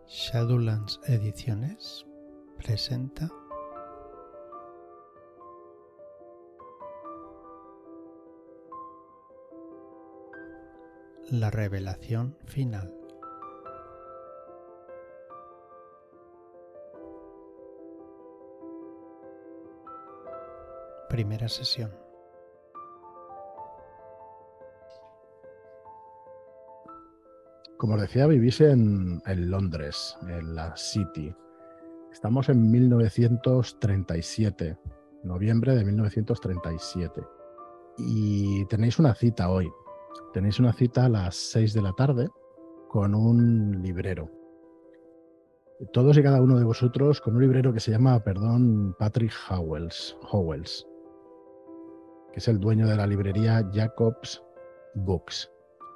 Shadowlands Ediciones presenta La revelación final. Primera sesión. Como os decía, vivís en Londres, en la City. Estamos en 1937, noviembre de 1937. Y tenéis una cita hoy. Tenéis una cita a las 6 de la tarde con un librero. Todos y cada uno de vosotros con un librero que se llama, Patrick Howells, que es el dueño de la librería Jacobs Books.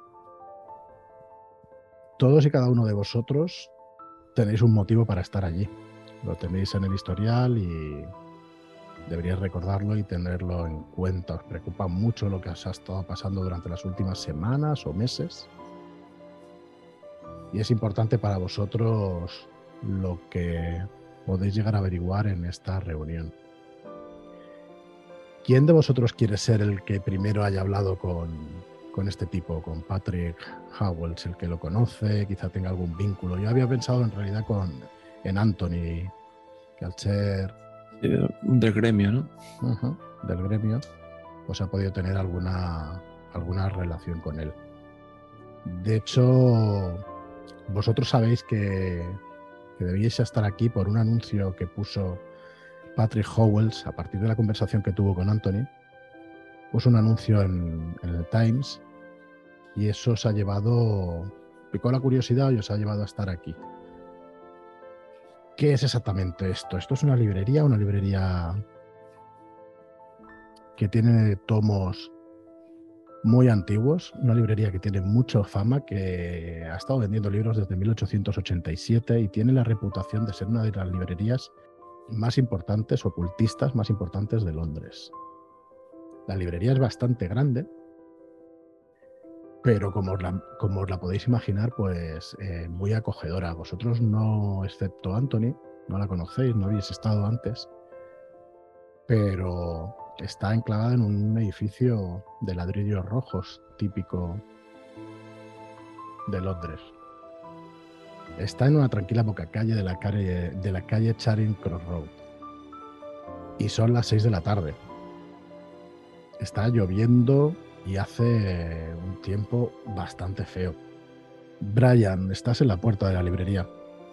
Todos y cada uno de vosotros tenéis un motivo para estar allí. Lo tenéis en el historial y deberíais recordarlo y tenerlo en cuenta. Os preocupa mucho lo que os ha estado pasando durante las últimas semanas o meses. Y es importante para vosotros lo que podéis llegar a averiguar en esta reunión. ¿Quién de vosotros quiere ser el que primero haya hablado con este tipo, con Patrick Howells, el que lo conoce, quizá tenga algún vínculo? Yo había pensado en realidad en Anthony, que al ser del gremio, ¿no? Del gremio, pues ha podido tener alguna relación con él. De hecho, vosotros sabéis que debíais estar aquí por un anuncio que puso Patrick Howells a partir de la conversación que tuvo con Anthony. Puso un anuncio en el Times y eso os ha llevado, picó la curiosidad y os ha llevado a estar aquí. ¿Qué es exactamente esto? Esto es una librería que tiene tomos muy antiguos, una librería que tiene mucha fama, que ha estado vendiendo libros desde 1887 y tiene la reputación de ser una de las librerías más importantes, ocultistas más importantes de Londres. La librería es bastante grande, pero como os la podéis imaginar, pues muy acogedora. Vosotros no, excepto Anthony, no la conocéis, no habéis estado antes, pero está enclavada en un edificio de ladrillos rojos, típico de Londres. Está en una tranquila bocacalle de la calle Charing Cross Road. Y son las 6 de la tarde. Está lloviendo y hace un tiempo bastante feo. Brian, estás en la puerta de la librería.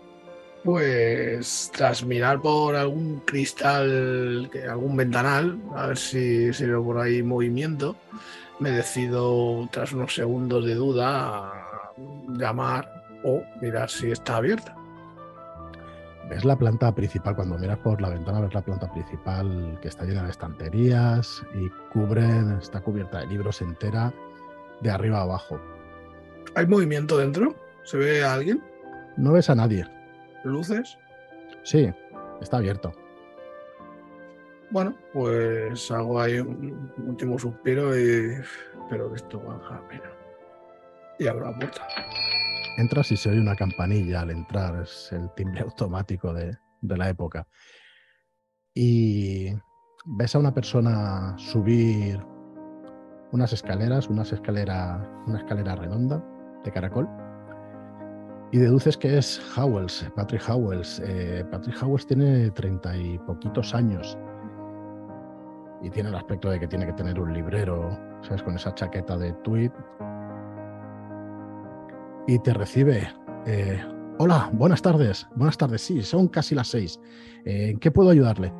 Pues tras mirar por algún cristal, algún ventanal, a ver si veo por ahí movimiento, me decido, tras unos segundos de duda, a llamar o mirar si está abierta. Ves la planta principal, cuando miras por la ventana ves la planta principal que está llena de estanterías y está cubierta de libros entera de arriba a abajo. ¿Hay movimiento dentro? ¿Se ve a alguien? No ves a nadie. ¿Luces? Sí, está abierto. Bueno, pues hago ahí un último suspiro y espero que esto valga la pena. Y abro la puerta. Entras y se oye una campanilla al entrar, es el timbre automático de la época. Y ves a una persona subir una escalera redonda de caracol y deduces que es Howells, Patrick Howells. Patrick Howells tiene 30 y poquitos años y tiene el aspecto de que tiene que tener un librero, ¿sabes? Con esa chaqueta de tweed. Y te recibe. Hola, buenas tardes. Buenas tardes, sí, son casi las 6. ¿En qué puedo ayudarle?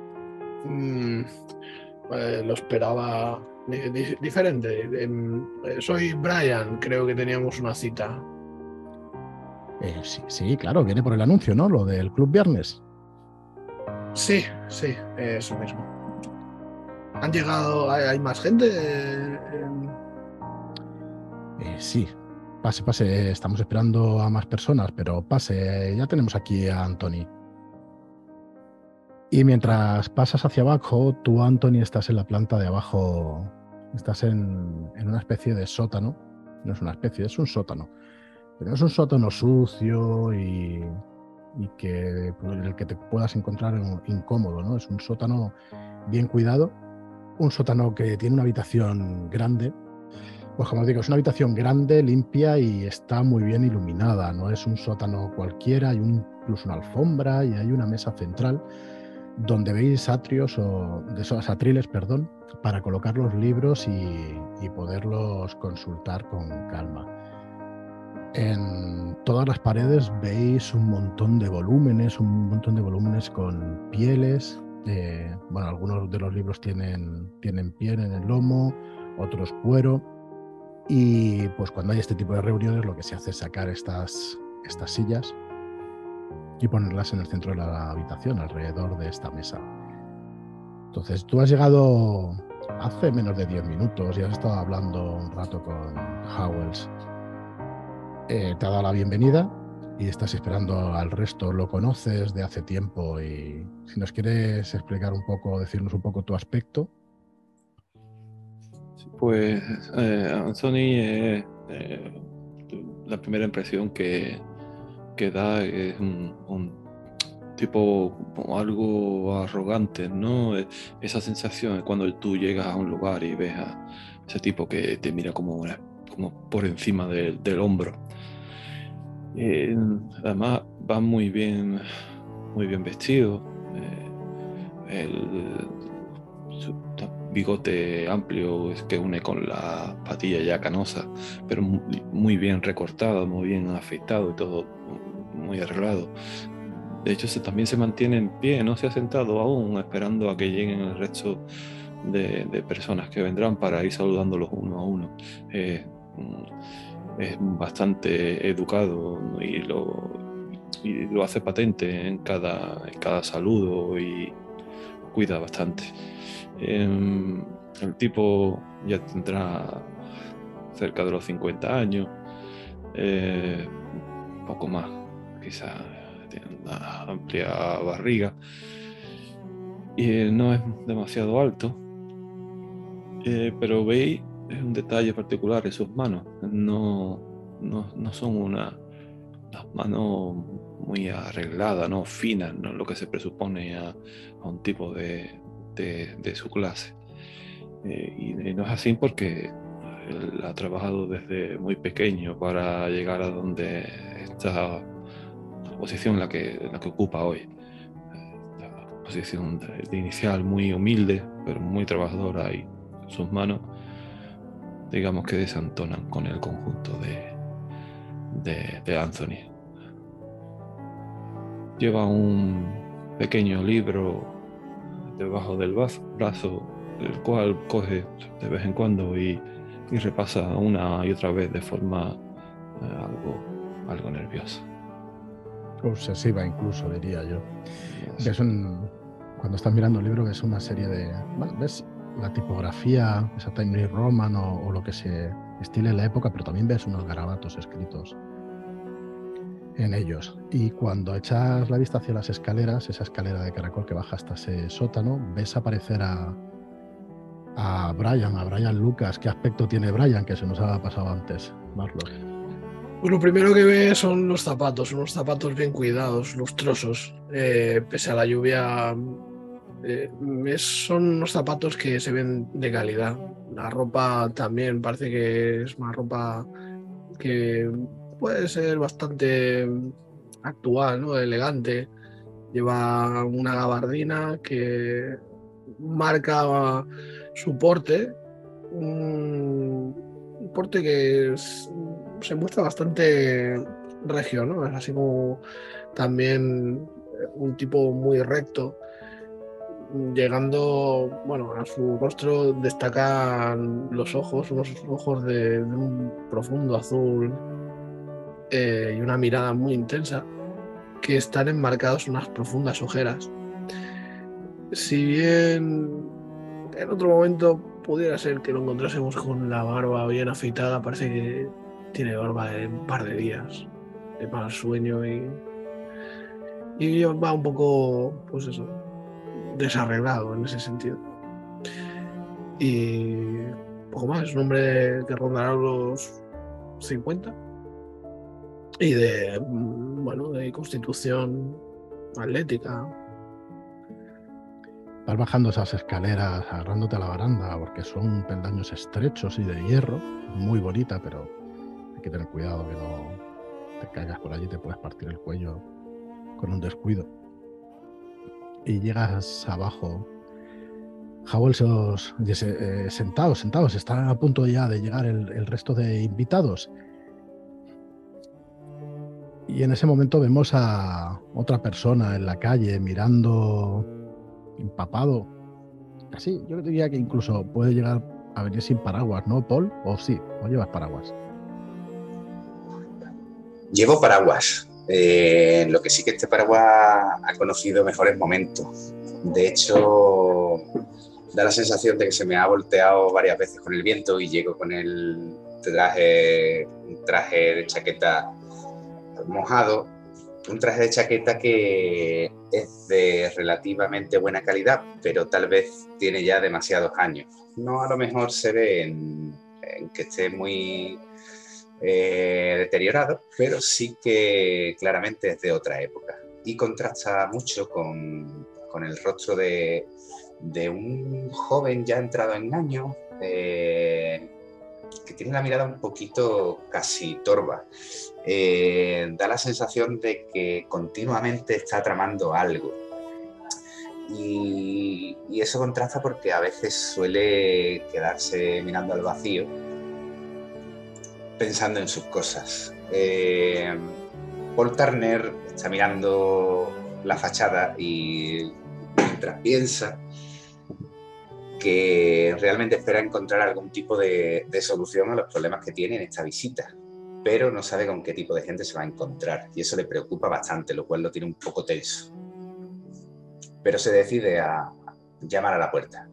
Lo esperaba diferente. Soy Brian, creo que teníamos una cita. Sí, claro, viene por el anuncio, ¿no? Lo del Club Viernes. Sí, eso mismo. ¿Han llegado? ¿Hay más gente? Sí. Pase, estamos esperando a más personas, pero pase, ya tenemos aquí a Anthony. Y mientras pasas hacia abajo, tú, Anthony, estás en la planta de abajo, estás en una especie de sótano. No es una especie, es un sótano. Pero no es un sótano sucio y que en el que te puedas encontrar incómodo, ¿no? Es un sótano bien cuidado, un sótano que tiene una habitación grande. Pues como os digo, es una habitación grande, limpia y está muy bien iluminada. No es un sótano cualquiera, hay incluso una alfombra y hay una mesa central donde veis atrios o de esos atriles, perdón, para colocar los libros y poderlos consultar con calma. En todas las paredes veis un montón de volúmenes con pieles. Bueno, algunos de los libros tienen piel en el lomo, otros cuero. Y pues cuando hay este tipo de reuniones lo que se hace es sacar estas sillas y ponerlas en el centro de la habitación, alrededor de esta mesa. Entonces tú has llegado hace menos de 10 minutos y has estado hablando un rato con Howells. Te ha dado la bienvenida y estás esperando al resto. Lo conoces de hace tiempo y si nos quieres explicar un poco, decirnos un poco tu aspecto. Pues Anthony, la primera impresión que da es un tipo como algo arrogante, ¿no? Esa sensación cuando tú llegas a un lugar y ves a ese tipo que te mira como por encima del hombro. Además va muy bien vestido. Su bigote amplio que une con la patilla ya canosa, pero muy bien recortado, muy bien afeitado y todo muy arreglado. De hecho, también se mantiene en pie, no se ha sentado aún, esperando a que lleguen el resto de personas que vendrán para ir saludándolos uno a uno. Es bastante educado y lo hace patente en cada saludo y cuida bastante. El tipo ya tendrá cerca de los 50 años, un poco más, quizá tiene una amplia barriga y no es demasiado alto, pero veis un detalle particular en sus manos. No son unas manos muy arregladas, no finas, no lo que se presupone a un tipo de su clase. Y no es así porque él ha trabajado desde muy pequeño para llegar a donde está la posición en la que ocupa hoy. La posición de inicial muy humilde, pero muy trabajadora, y sus manos, digamos que desentonan con el conjunto de Anthony. Lleva un pequeño libro debajo del brazo, el cual coge de vez en cuando y repasa una y otra vez de forma algo nerviosa. Obsesiva incluso, diría yo. Sí. Cuando estás mirando el libro ves una serie de... Bueno, ves la tipografía, esa Times New Roman o lo que se estile en la época, pero también ves unos garabatos escritos en ellos. Y cuando echas la vista hacia las escaleras, esa escalera de caracol que baja hasta ese sótano, ves aparecer a Brian Lucas. ¿Qué aspecto tiene Brian, que se nos ha pasado antes, Marlos? Pues lo primero que ve son los zapatos, unos zapatos bien cuidados, lustrosos, pese a la lluvia. Son unos zapatos que se ven de calidad. La ropa también parece que es una ropa que puede ser bastante actual, ¿no? Elegante. Lleva una gabardina que marca su porte, un porte que se muestra bastante regio, ¿no? Es así como también un tipo muy recto. Llegando, bueno, a su rostro destacan los ojos, unos ojos de un profundo azul y una mirada muy intensa, que están enmarcados en unas profundas ojeras. Si bien en otro momento pudiera ser que lo encontrásemos con la barba bien afeitada, parece que tiene barba de un par de días, de mal sueño y va un poco, pues eso, desarreglado en ese sentido. Y poco más, es un hombre que rondará los 50. y de, bueno, de constitución atlética. Vas bajando esas escaleras agarrándote a la baranda porque son peldaños estrechos y de hierro, muy bonita, pero hay que tener cuidado que no te caigas por allí, te puedes partir el cuello con un descuido. Y llegas abajo. Howell sentados, está a punto ya de llegar el resto de invitados. Y en ese momento vemos a otra persona en la calle mirando empapado. Así, yo diría que incluso puede llegar a venir sin paraguas, ¿no, Paul? O sí, o llevas paraguas. Llevo paraguas. Lo que sí que este paraguas ha conocido mejores momentos. De hecho, da la sensación de que se me ha volteado varias veces con el viento y llego con un traje de chaqueta mojado, un traje de chaqueta que es de relativamente buena calidad, pero tal vez tiene ya demasiados años. No, a lo mejor se ve en que esté muy deteriorado, pero sí que claramente es de otra época y contrasta mucho con el rostro de un joven ya entrado en años, que tiene la mirada un poquito casi torva. Da la sensación de que continuamente está tramando algo. Y eso contrasta porque a veces suele quedarse mirando al vacío, pensando en sus cosas. Paul Turner está mirando la fachada y mientras piensa que realmente espera encontrar algún tipo de solución a los problemas que tiene en esta visita, pero no sabe con qué tipo de gente se va a encontrar y eso le preocupa bastante, lo cual lo tiene un poco tenso. Pero se decide a llamar a la puerta.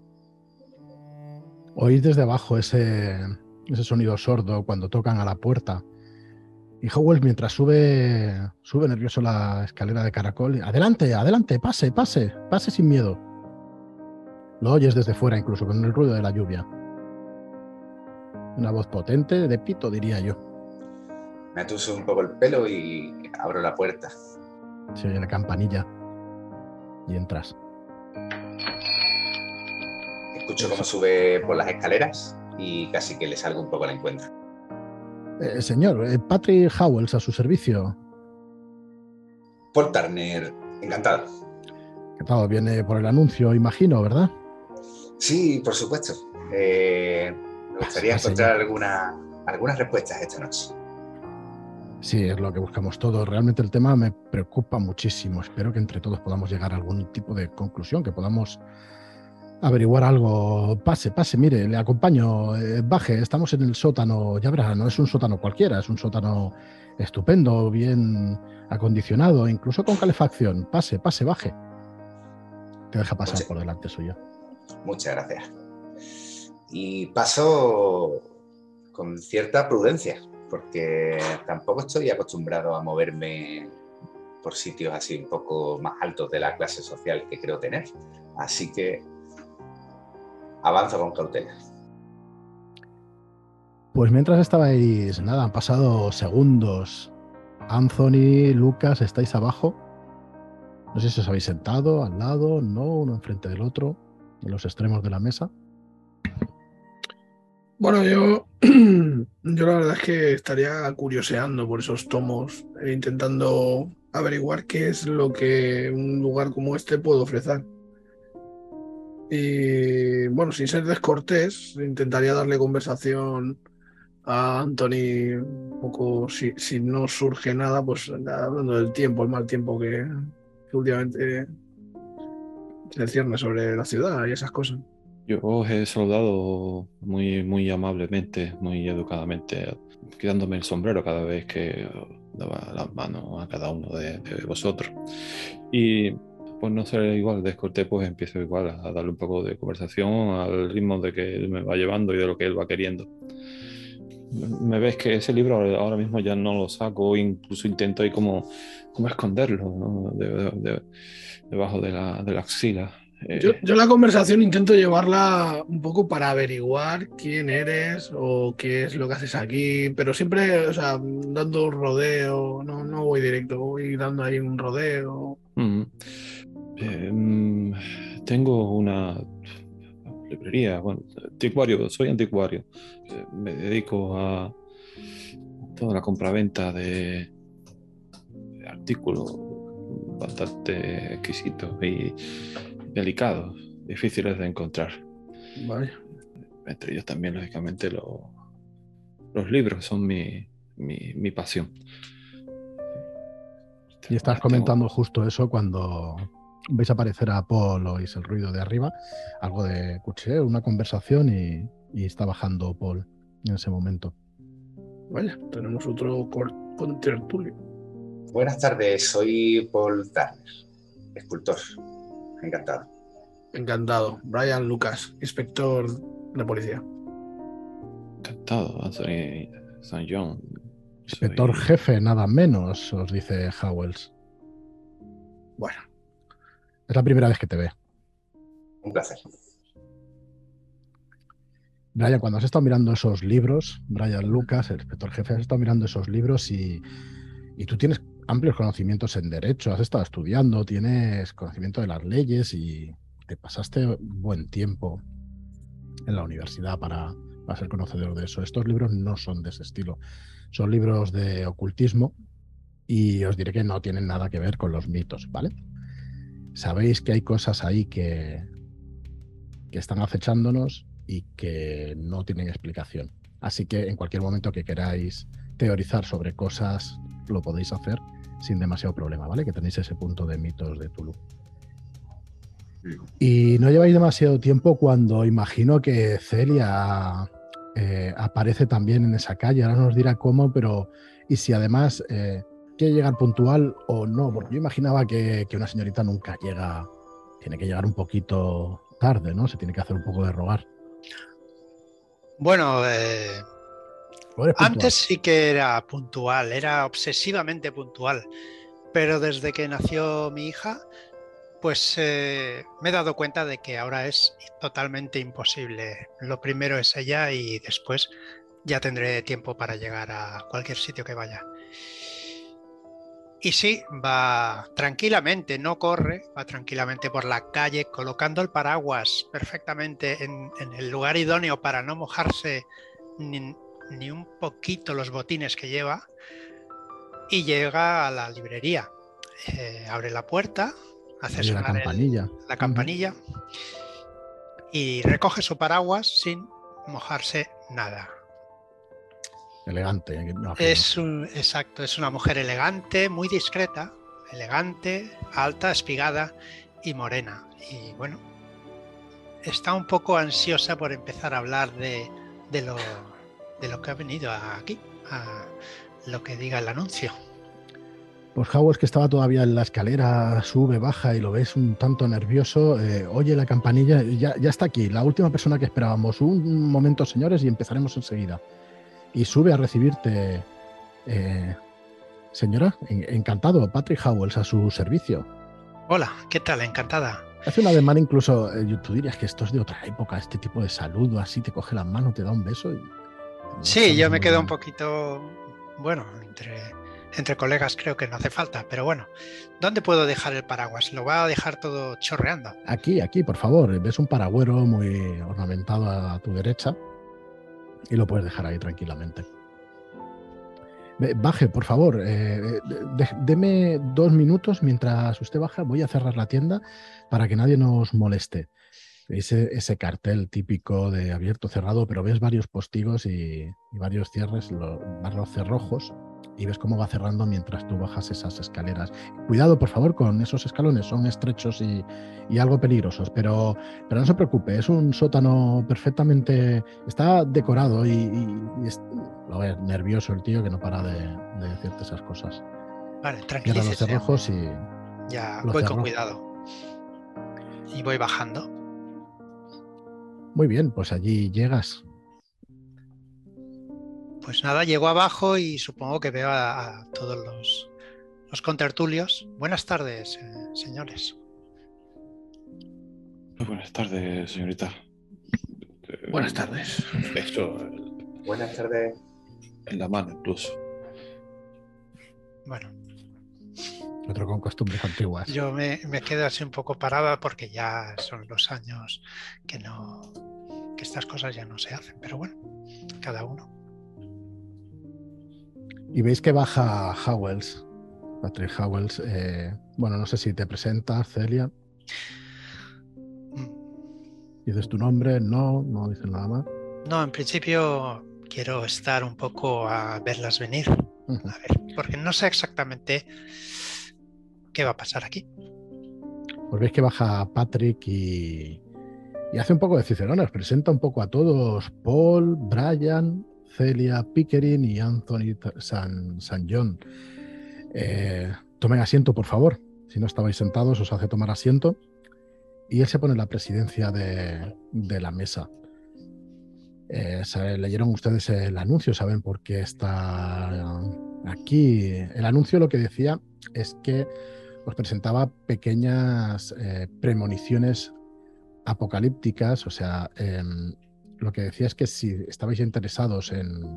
Oís desde abajo ese sonido sordo cuando tocan a la puerta. Y Howell, mientras sube nervioso la escalera de caracol, adelante, adelante, pase sin miedo. Lo oyes desde fuera, incluso con el ruido de la lluvia. Una voz potente, de pito, diría yo. Me atuso un poco el pelo y abro la puerta. Se oye la campanilla y entras. Escucho cómo sube por las escaleras y casi que le salgo un poco al encuentro. Señor, Patrick Howells, a su servicio. Paul Turner, encantado. Encantado, viene por el anuncio, imagino, ¿verdad? Sí, por supuesto. Me gustaría encontrar algunas respuestas esta noche. Sí, es lo que buscamos todos. Realmente el tema me preocupa muchísimo. Espero que entre todos podamos llegar a algún tipo de conclusión, que podamos averiguar algo. Pase, mire, le acompaño, baje, estamos en el sótano, ya verá, no es un sótano cualquiera, es un sótano estupendo, bien acondicionado, incluso con calefacción. Pase, baje. Te deja pasar por delante suyo. Muchas gracias. Y paso con cierta prudencia, porque tampoco estoy acostumbrado a moverme por sitios así un poco más altos de la clase social que creo tener. Así que avanzo con cautela. Pues mientras estabais, nada, han pasado segundos. Anthony, Lucas, estáis abajo. No sé si os habéis sentado al lado, no, uno enfrente del otro, en los extremos de la mesa. Bueno, yo la verdad es que estaría curioseando por esos tomos, intentando averiguar qué es lo que un lugar como este puede ofrecer. Y bueno, sin ser descortés, intentaría darle conversación a Anthony un poco, si no surge nada, pues hablando del tiempo, el mal tiempo que últimamente se cierne sobre la ciudad y esas cosas. Yo os he saludado muy amablemente, muy educadamente, quitándome el sombrero cada vez que daba las manos a cada uno de vosotros. Y por no ser igual descortés, pues empiezo igual a darle un poco de conversación al ritmo de que él me va llevando y de lo que él va queriendo. Me ves que ese libro ahora mismo ya no lo saco, incluso intento ahí como esconderlo, ¿no? Debajo de la axila. Yo la conversación intento llevarla un poco para averiguar quién eres o qué es lo que haces aquí, pero siempre, o sea, dando un rodeo, no voy directo, voy dando ahí un rodeo. mm, tengo una librería, bueno, anticuario, soy anticuario. Me dedico a toda la compraventa de artículos bastante exquisitos y delicados, difíciles de encontrar. Vaya. Entre ellos también, lógicamente, los libros son mi pasión. Y estás comentando justo eso cuando veis aparecer a Paul, oís el ruido de arriba, algo de cuchilleo, una conversación y está bajando Paul en ese momento. Vaya, tenemos otro contertulio. Buenas tardes, soy Paul Turner, escultor. Encantado. Encantado. Brian Lucas, inspector de policía. Encantado, Anthony St. John. Inspector jefe, nada menos, os dice Howells. Bueno. Es la primera vez que te ve. Un placer. Brian, cuando has estado mirando esos libros, Brian Lucas, el inspector jefe, has estado mirando esos libros y tú tienes amplios conocimientos en derecho, has estado estudiando, tienes conocimiento de las leyes y te pasaste buen tiempo en la universidad para ser conocedor de eso. Estos libros no son de ese estilo, son libros de ocultismo y os diré que no tienen nada que ver con los mitos, ¿vale? Sabéis que hay cosas ahí que están acechándonos y que no tienen explicación. Así que en cualquier momento que queráis teorizar sobre cosas, lo podéis hacer sin demasiado problema, ¿vale? Que tenéis ese punto de mitos de Tulu. Y no lleváis demasiado tiempo cuando imagino que Celia aparece también en esa calle. Ahora nos dirá cómo, pero y si además quiere llegar puntual o no, porque yo imaginaba que una señorita nunca llega, tiene que llegar un poquito tarde, ¿no? Se tiene que hacer un poco de rogar. Bueno, antes sí que era puntual, era obsesivamente puntual, pero desde que nació mi hija, pues me he dado cuenta de que ahora es totalmente imposible. Lo primero es ella y después ya tendré tiempo para llegar a cualquier sitio que vaya. Y sí, va tranquilamente, no corre, va tranquilamente por la calle colocando el paraguas perfectamente en el lugar idóneo para no mojarse ni un poquito los botines que lleva, y llega a la librería. Abre la puerta, hace sonar la campanilla y recoge su paraguas sin mojarse nada. Elegante. Exacto, es una mujer elegante, muy discreta, elegante, alta, espigada y morena. Y bueno, está un poco ansiosa por empezar a hablar de lo que ha venido aquí, a lo que diga el anuncio. Pues Howard, que estaba todavía en la escalera, sube, baja y lo ves un tanto nervioso, oye la campanilla, ya está aquí, la última persona que esperábamos. Un momento, señores, y empezaremos enseguida. Y sube a recibirte, señora, encantado, Patrick Howells, a su servicio. Hola, ¿qué tal? Encantada. Hace un ademán incluso, tú dirías que esto es de otra época, este tipo de saludo, así te coge la mano, te da un beso. Sí, yo me quedo un poquito, bueno, entre colegas creo que no hace falta, pero bueno, ¿dónde puedo dejar el paraguas? ¿Lo va a dejar todo chorreando? Aquí, por favor, ves un paragüero muy ornamentado a tu derecha y lo puedes dejar ahí tranquilamente. Baje, por favor, deme 2 minutos mientras usted baja, voy a cerrar la tienda para que nadie nos moleste. Ese cartel típico de abierto, cerrado, pero ves varios postigos y varios cierres, varios cerrojos, y ves cómo va cerrando mientras tú bajas esas escaleras. Cuidado, por favor, con esos escalones, son estrechos y algo peligrosos, pero no se preocupe, es un sótano perfectamente, está decorado lo ves nervioso el tío que no para de decirte esas cosas. Vale, tranquilícese. Cierra los cerrojos y... Ya voy con cuidado. Y voy bajando. Muy bien, pues allí llegas. Pues nada, llego abajo y supongo que veo a todos los contertulios. Buenas tardes, señores. Muy buenas tardes, señorita. Buenas tardes. Esto Buenas tardes. en la mano incluso. Bueno, Otro con costumbres antiguas. yo me quedo así un poco parada porque ya son los años que estas cosas ya no se hacen, pero bueno, cada uno. Y veis que baja Howells, Patrick Howells. Bueno, no sé si te presentas, Celia. ¿Dices tu nombre? No dices nada más. No, en principio quiero estar un poco a verlas venir, Ujú. a ver, porque no sé exactamente qué va a pasar aquí. Pues veis que baja Patrick y hace un poco de Cicerón, os presenta un poco a todos: Paul, Brian, Celia Pickering y Anthony San John. Tomen asiento, por favor. Si no estabais sentados, os hace tomar asiento. Y él se pone en la presidencia de la mesa. Leyeron ustedes el anuncio, saben por qué está aquí. El anuncio lo que decía es que os presentaba pequeñas premoniciones apocalípticas. O sea, lo que decía es que si estabais interesados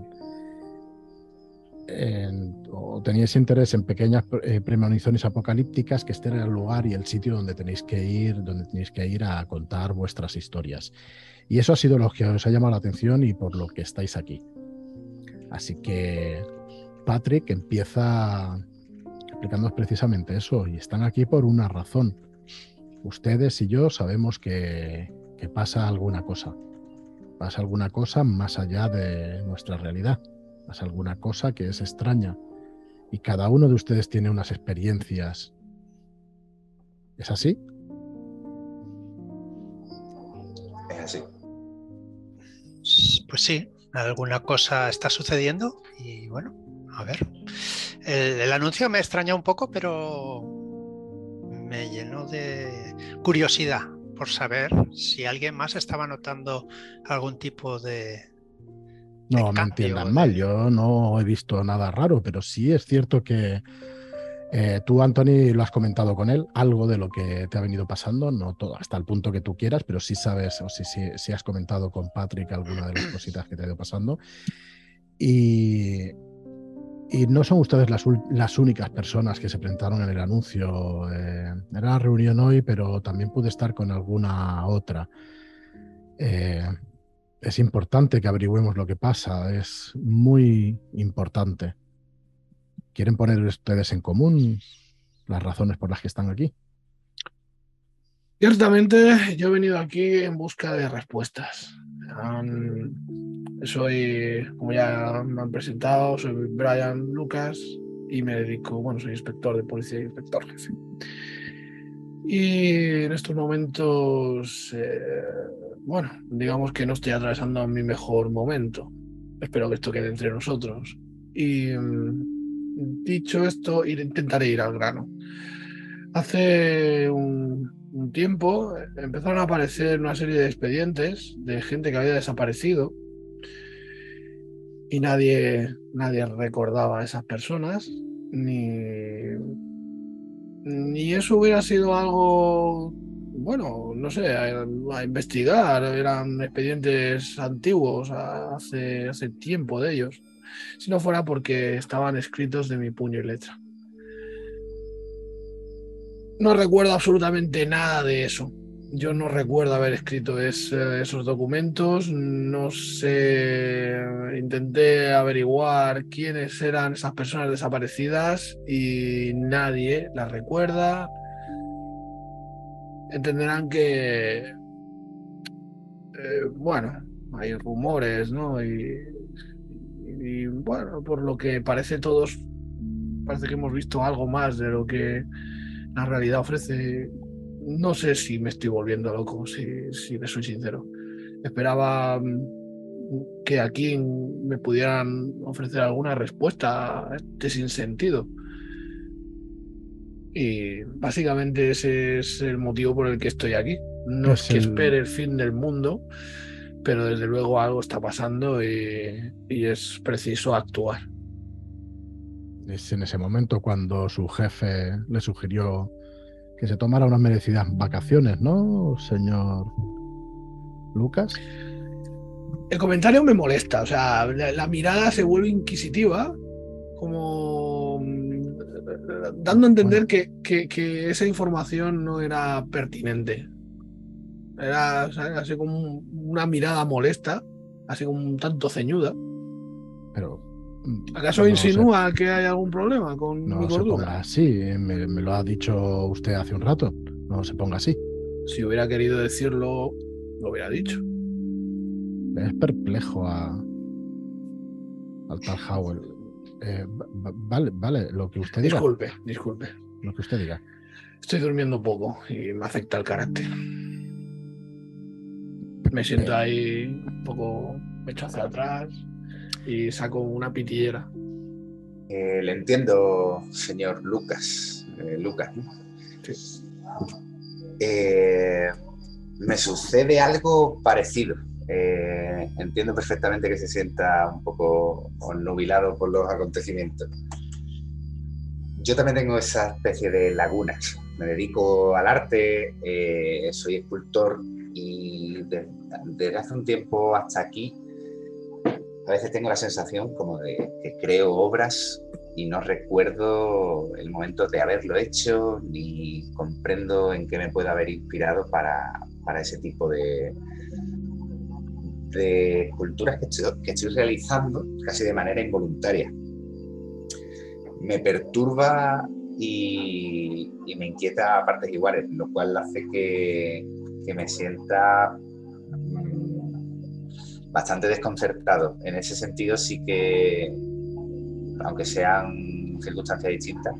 o teníais interés en pequeñas premoniciones apocalípticas, que este era el lugar y el sitio donde tenéis que ir a contar vuestras historias. Y eso ha sido lo que os ha llamado la atención y por lo que estáis aquí. Así que Patrick empieza explicándonos precisamente eso, y están aquí por una razón. Ustedes y yo sabemos que pasa alguna cosa. Pasa alguna cosa más allá de nuestra realidad. Pasa alguna cosa que es extraña. Y cada uno de ustedes tiene unas experiencias. ¿Es así? Es así. Pues sí, alguna cosa está sucediendo y bueno, a ver. El anuncio me extraña un poco, pero me llenó de curiosidad por saber si alguien más estaba notando algún tipo de No me cambio, entiendan mal, yo no he visto nada raro, pero sí es cierto que tú, Anthony, lo has comentado con él, algo de lo que te ha venido pasando, no todo, hasta el punto que tú quieras, pero sí sabes, o sí has comentado con Patrick alguna de las cositas que te ha ido pasando. Y no son ustedes las únicas personas que se presentaron en el anuncio. Era una reunión hoy, pero también pude estar con alguna otra. Es importante que averigüemos lo que pasa, es muy importante. ¿Quieren poner ustedes en común las razones por las que están aquí? Ciertamente, yo he venido aquí en busca de respuestas. Soy, como ya me han presentado, soy Brian Lucas y me dedico, bueno, soy inspector de policía y inspector jefe. Y en estos momentos, bueno, digamos que no estoy atravesando mi mejor momento. Espero que esto quede entre nosotros. Y dicho esto, intentaré ir al grano. Hace un tiempo empezaron a aparecer una serie de expedientes de gente que había desaparecido y nadie recordaba a esas personas, ni eso hubiera sido algo, bueno, no sé, a investigar. Eran expedientes antiguos, hace tiempo de ellos, si no fuera porque estaban escritos de mi puño y letra. No recuerdo absolutamente nada de eso. Yo no recuerdo haber escrito esos documentos. No sé, intenté averiguar quiénes eran esas personas desaparecidas y nadie las recuerda. Entenderán que, bueno, hay rumores, ¿no? Y bueno, por lo que parece que hemos visto algo más de lo que la realidad ofrece. No sé si me estoy volviendo loco, si le soy sincero. Esperaba que aquí me pudieran ofrecer alguna respuesta a este sinsentido. Y básicamente ese es el motivo por el que estoy aquí. No es que espere el fin del mundo, pero desde luego algo está pasando y es preciso actuar. Es en ese momento cuando su jefe le sugirió que se tomara unas merecidas vacaciones, ¿no, señor Lucas? El comentario me molesta, o sea, la mirada se vuelve inquisitiva, como dando a entender que esa información no era pertinente. Era, o sea, así como una mirada molesta, así como un tanto ceñuda. Pero ¿Acaso insinúa que hay algún problema con mi no se cordura? ponga así, me lo ha dicho usted hace un rato. No se ponga así. Si hubiera querido decirlo, lo hubiera dicho. Es perplejo al tal Howell. Vale, lo que usted diga. Disculpe. Lo que usted diga. Estoy durmiendo poco y me afecta el carácter. Me siento ahí un poco, me echo hacia atrás y saco una pitillera. Le entiendo, señor Lucas. Lucas, ¿no? Sí. Me sucede algo parecido. Entiendo perfectamente que se sienta un poco obnubilado por los acontecimientos. Yo también tengo esa especie de lagunas. Me dedico al arte, soy escultor y desde hace un tiempo hasta aquí a veces tengo la sensación como de que creo obras y no recuerdo el momento de haberlo hecho ni comprendo en qué me puedo haber inspirado para ese tipo de esculturas que estoy realizando casi de manera involuntaria. Me perturba y me inquieta a partes iguales, lo cual hace que me sienta bastante desconcertado. En ese sentido sí que, aunque sean circunstancias distintas,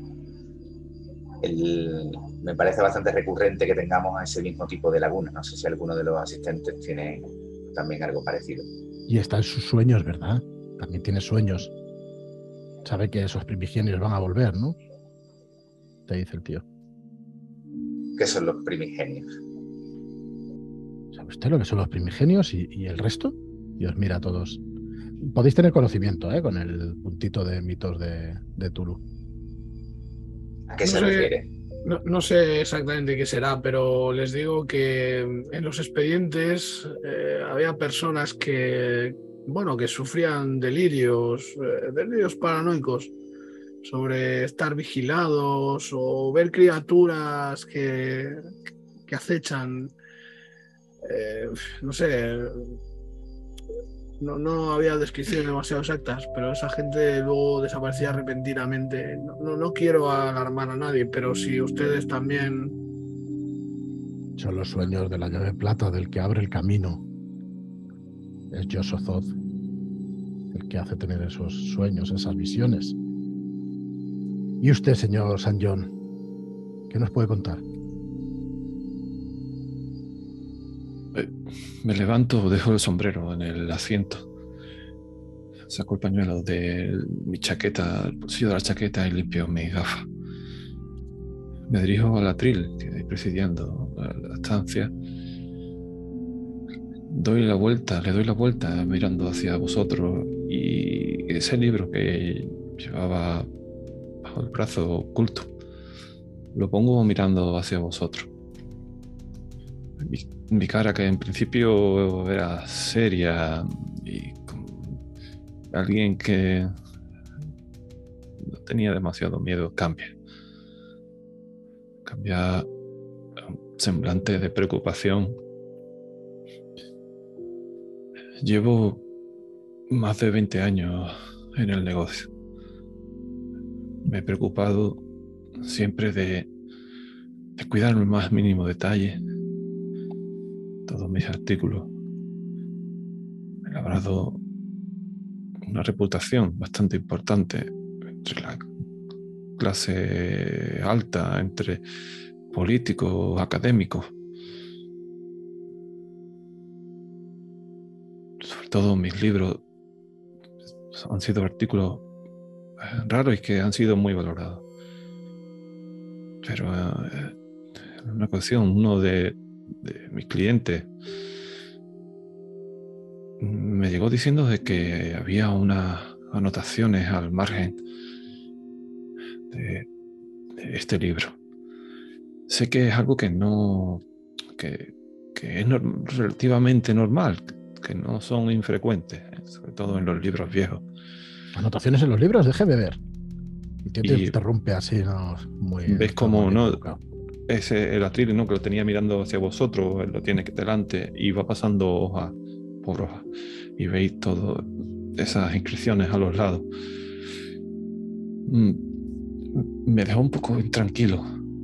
me parece bastante recurrente que tengamos ese mismo tipo de laguna. No sé si alguno de los asistentes tiene también algo parecido. Y está en sus sueños, ¿verdad? También tiene sueños. Sabe que esos primigenios van a volver, ¿no? Te dice el tío. ¿Qué son los primigenios? ¿Sabe usted lo que son los primigenios y el resto? Y os mira a todos. Podéis tener conocimiento, con el puntito de mitos de Tulu. ¿A qué se refiere? No sé exactamente qué será, pero les digo que en los expedientes había personas que sufrían delirios paranoicos sobre estar vigilados o ver criaturas que acechan. No sé, no había descripciones demasiado exactas, pero esa gente luego desaparecía repentinamente. No quiero alarmar a nadie, pero si ustedes también... Son los sueños de la llave plata del que abre el camino. Es Yosothoth el que hace tener esos sueños, esas visiones. ¿Y usted, señor San John, qué nos puede contar? Me levanto, dejo el sombrero en el asiento, saco el pañuelo de mi chaqueta, el bolsillo de la chaqueta y limpio mis gafas. Me dirijo al atril que hay presidiendo la estancia. Le doy la vuelta mirando hacia vosotros y ese libro que llevaba bajo el brazo oculto lo pongo mirando hacia vosotros. Mi cara, que en principio era seria y como alguien que no tenía demasiado miedo, cambia a un semblante de preocupación. Llevo más de 20 años en el negocio. Me he preocupado siempre de cuidar el más mínimo detalle. Todos mis artículos. He labrado una reputación bastante importante entre la clase alta, entre políticos, académicos. Sobre todo mis libros han sido artículos raros y que han sido muy valorados. Pero en una ocasión uno de mis clientes me llegó diciendo de que había unas anotaciones al margen de este libro. sé que es algo que no, que es relativamente normal, que no son infrecuentes, sobre todo en los libros viejos. Anotaciones en los libros, deje de ver. El tío te Y interrumpe así, ¿no? Muy, ves está como, muy bien ¿no? educado. El Atril, ¿no? Que lo tenía mirando hacia vosotros, él lo tiene delante y va pasando hoja por hoja. Y veis todas esas inscripciones a los lados. Me dejó un poco intranquilo.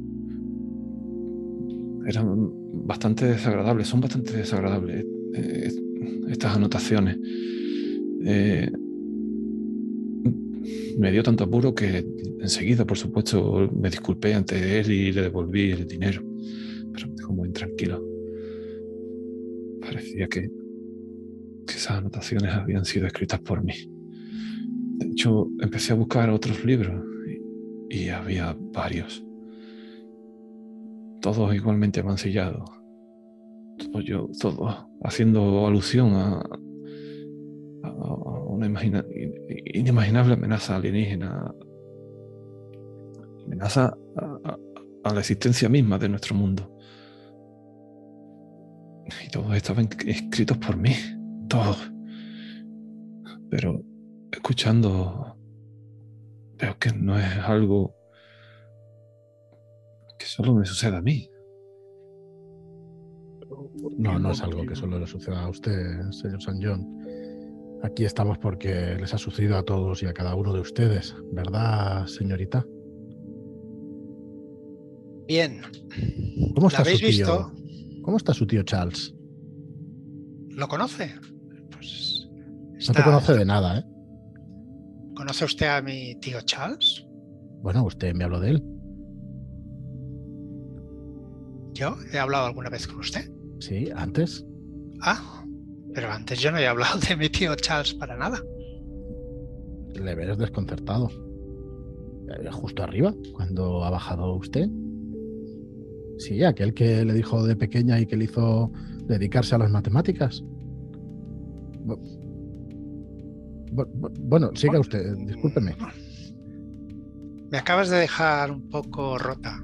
Eran bastante desagradables, son bastante desagradables estas anotaciones. Me dio tanto apuro que enseguida, por supuesto, me disculpé ante él y le devolví el dinero. Pero me dejó muy intranquilo. Parecía que esas anotaciones habían sido escritas por mí. De hecho, empecé a buscar otros libros y había varios. Todos igualmente mancillados. Todo haciendo alusión a una inimaginable amenaza alienígena. Amenaza a la existencia misma de nuestro mundo. Y todos estaban escritos por mí. Todos. Pero escuchando, veo que no es algo que solo me suceda a mí. No es algo que solo le suceda a usted, señor St. John. Aquí estamos porque les ha sucedido a todos y a cada uno de ustedes, ¿verdad, señorita? Bien. ¿Cómo está habéis su tío? visto? ¿Cómo está su tío Charles? ¿Lo conoce? Pues No te conoce de nada, ¿eh? ¿Conoce usted a mi tío Charles? Bueno, usted me habló de él. ¿Yo he hablado alguna vez con usted? Sí, antes. Ah, pero antes yo no he hablado de mi tío Charles para nada. Le ves desconcertado. Justo arriba, cuando ha bajado usted. Sí, aquel que le dijo de pequeña y que le hizo dedicarse a las matemáticas. Bueno, siga usted, discúlpeme. Me acabas de dejar un poco rota.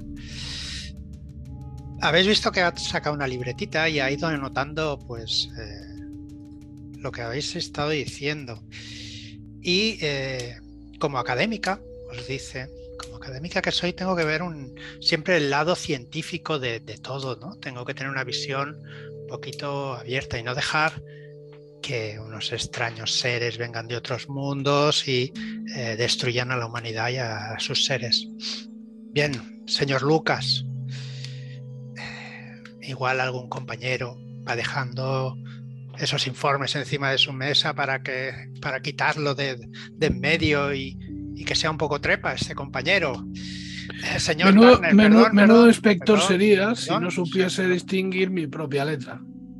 Habéis visto que ha sacado una libretita y ha ido anotando pues lo que habéis estado diciendo. Y como académica, os dice, como académica que soy, tengo que ver siempre el lado científico de todo, ¿no? Tengo que tener una visión un poquito abierta y no dejar que unos extraños seres vengan de otros mundos y destruyan a la humanidad y a sus seres. Bien, señor Lucas, igual algún compañero va dejando esos informes encima de su mesa para quitarlo de en medio y que sea un poco trepa este compañero. Señor Turner, menudo inspector perdón, sería si no supiese distinguir mi propia letra.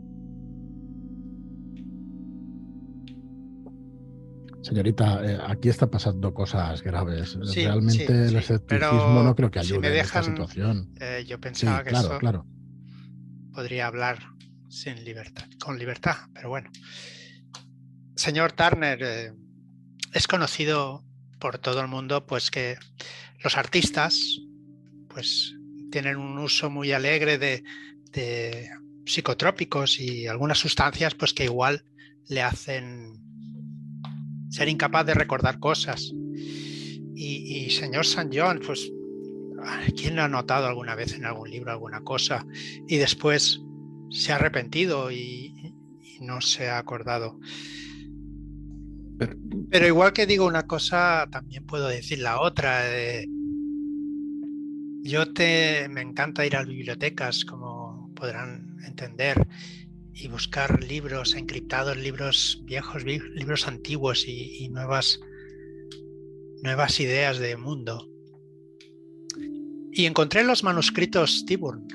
Señorita, aquí está pasando cosas graves. Sí, realmente el escepticismo no creo que ayude si me dejan, en esta situación. yo pensaba que claro. Podría hablar con libertad, pero bueno. Señor Turner, es conocido por todo el mundo pues que los artistas pues tienen un uso muy alegre de psicotrópicos y algunas sustancias pues que igual le hacen ser incapaz de recordar cosas. Y señor St. John, pues ¿quién lo ha notado alguna vez en algún libro alguna cosa y después se ha arrepentido y no se ha acordado? Pero igual que digo una cosa, también puedo decir la otra. Me encanta ir a las bibliotecas, como podrán entender, y buscar libros encriptados, libros viejos, libros antiguos y nuevas ideas de mundo. Y encontré en los manuscritos Tyburn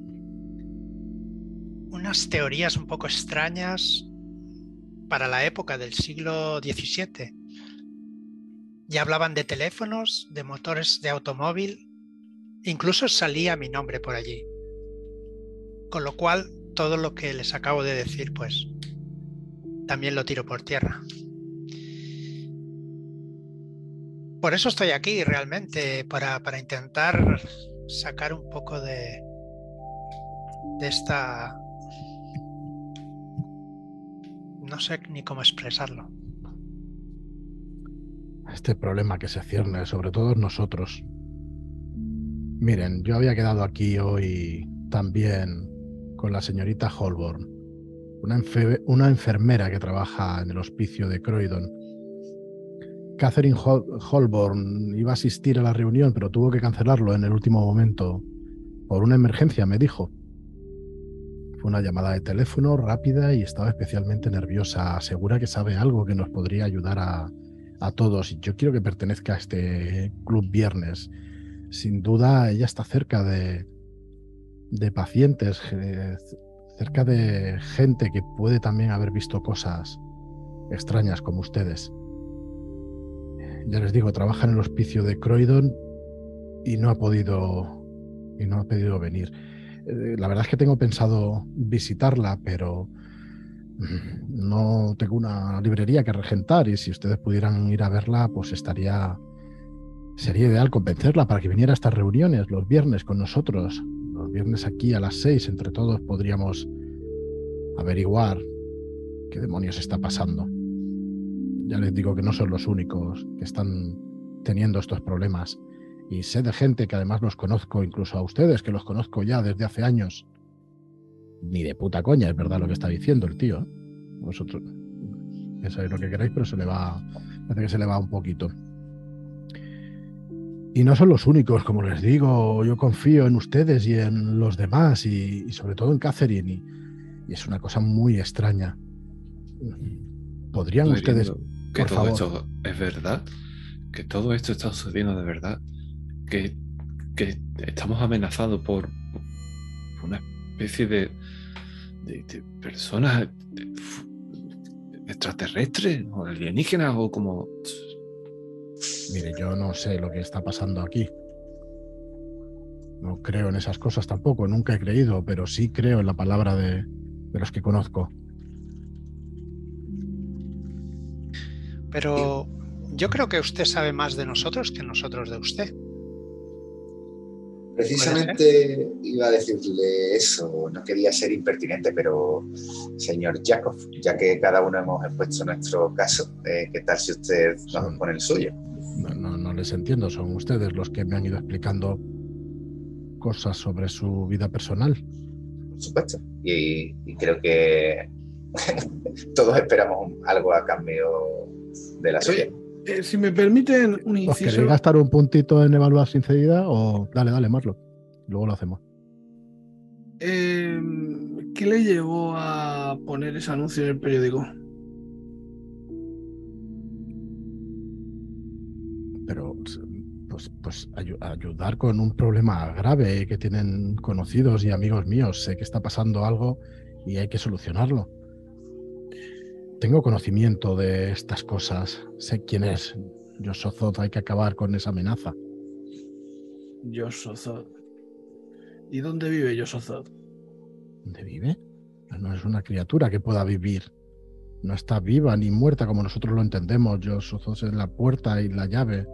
unas teorías un poco extrañas para la época del siglo XVII. Ya hablaban de teléfonos, de motores de automóvil, incluso salía mi nombre por allí. Con lo cual, todo lo que les acabo de decir, pues, también lo tiro por tierra. Por eso estoy aquí realmente, para intentar sacar un poco de esta... No sé ni cómo expresarlo. Este problema que se cierne sobre todos nosotros. Miren, yo había quedado aquí hoy también con la señorita Holborn, una enfermera que trabaja en el hospicio de Croydon. Catherine Holborn iba a asistir a la reunión, pero tuvo que cancelarlo en el último momento por una emergencia, me dijo. Fue una llamada de teléfono rápida y estaba especialmente nerviosa. Asegura que sabe algo que nos podría ayudar a todos. Y yo quiero que pertenezca a este club viernes. Sin duda, ella está cerca de pacientes, cerca de gente que puede también haber visto cosas extrañas como ustedes. Ya les digo, trabaja en el hospicio de Croydon y no ha podido venir. La verdad es que tengo pensado visitarla, pero no tengo una librería que regentar y si ustedes pudieran ir a verla, pues sería ideal convencerla para que viniera a estas reuniones los viernes con nosotros. Los viernes aquí a las 6, entre todos podríamos averiguar qué demonios está pasando. Ya les digo que no son los únicos que están teniendo estos problemas. Y sé de gente que además los conozco, incluso a ustedes, que los conozco ya desde hace años. Ni de puta coña, es verdad lo que está diciendo el tío. Vosotros pensáis lo que queráis, pero parece que se le va un poquito. Y no son los únicos, como les digo, yo confío en ustedes y en los demás, y sobre todo en Catherine, y es una cosa muy extraña. ¿Podrían ustedes, que por todo favor? esto es verdad? ¿Que todo esto está sucediendo de verdad? ¿Que estamos amenazados por una especie de personas extraterrestres o alienígenas o como... Mire, yo no sé lo que está pasando aquí. No creo en esas cosas tampoco, nunca he creído, pero sí creo en la palabra de los que conozco. Pero yo creo que usted sabe más de nosotros que nosotros de usted. Precisamente iba a decirle eso, no quería ser impertinente, pero señor Jakov, ya que cada uno hemos expuesto nuestro caso, ¿qué tal si usted nos pone el suyo? No les entiendo, son ustedes los que me han ido explicando cosas sobre su vida personal. Por supuesto, y creo que todos esperamos algo a cambio de la suya. Si me permiten un ¿Os inciso... queréis gastar un puntito en evaluar sinceridad o...? Dale, Marlo. Luego lo hacemos. ¿Qué le llevó a poner ese anuncio en el periódico? Pero, pues ayudar con un problema grave que tienen conocidos y amigos míos. Sé que está pasando algo y hay que solucionarlo. Tengo conocimiento de estas cosas. Sé quién es. Josh Ozod, hay que acabar con esa amenaza. Josh Ozod. ¿Y dónde vive Josh Ozod? ¿Dónde vive? No es una criatura que pueda vivir. No está viva ni muerta como nosotros lo entendemos. Josh Ozod es la puerta y la llave.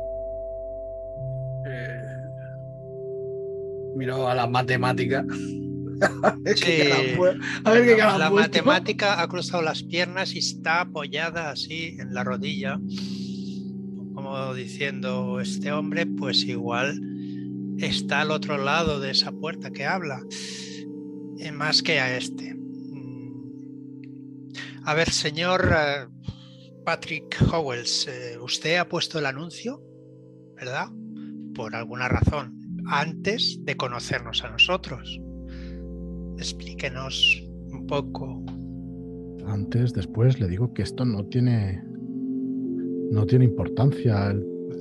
Miro a la matemática. Sí, la matemática ha cruzado las piernas y está apoyada así en la rodilla, como diciendo, este hombre pues igual está al otro lado de esa puerta que habla, más que a este. A ver, señor Patrick Howells, usted ha puesto el anuncio, ¿verdad? Por alguna razón, antes de conocernos a nosotros. Explíquenos un poco. Antes, después, le digo que esto no tiene importancia.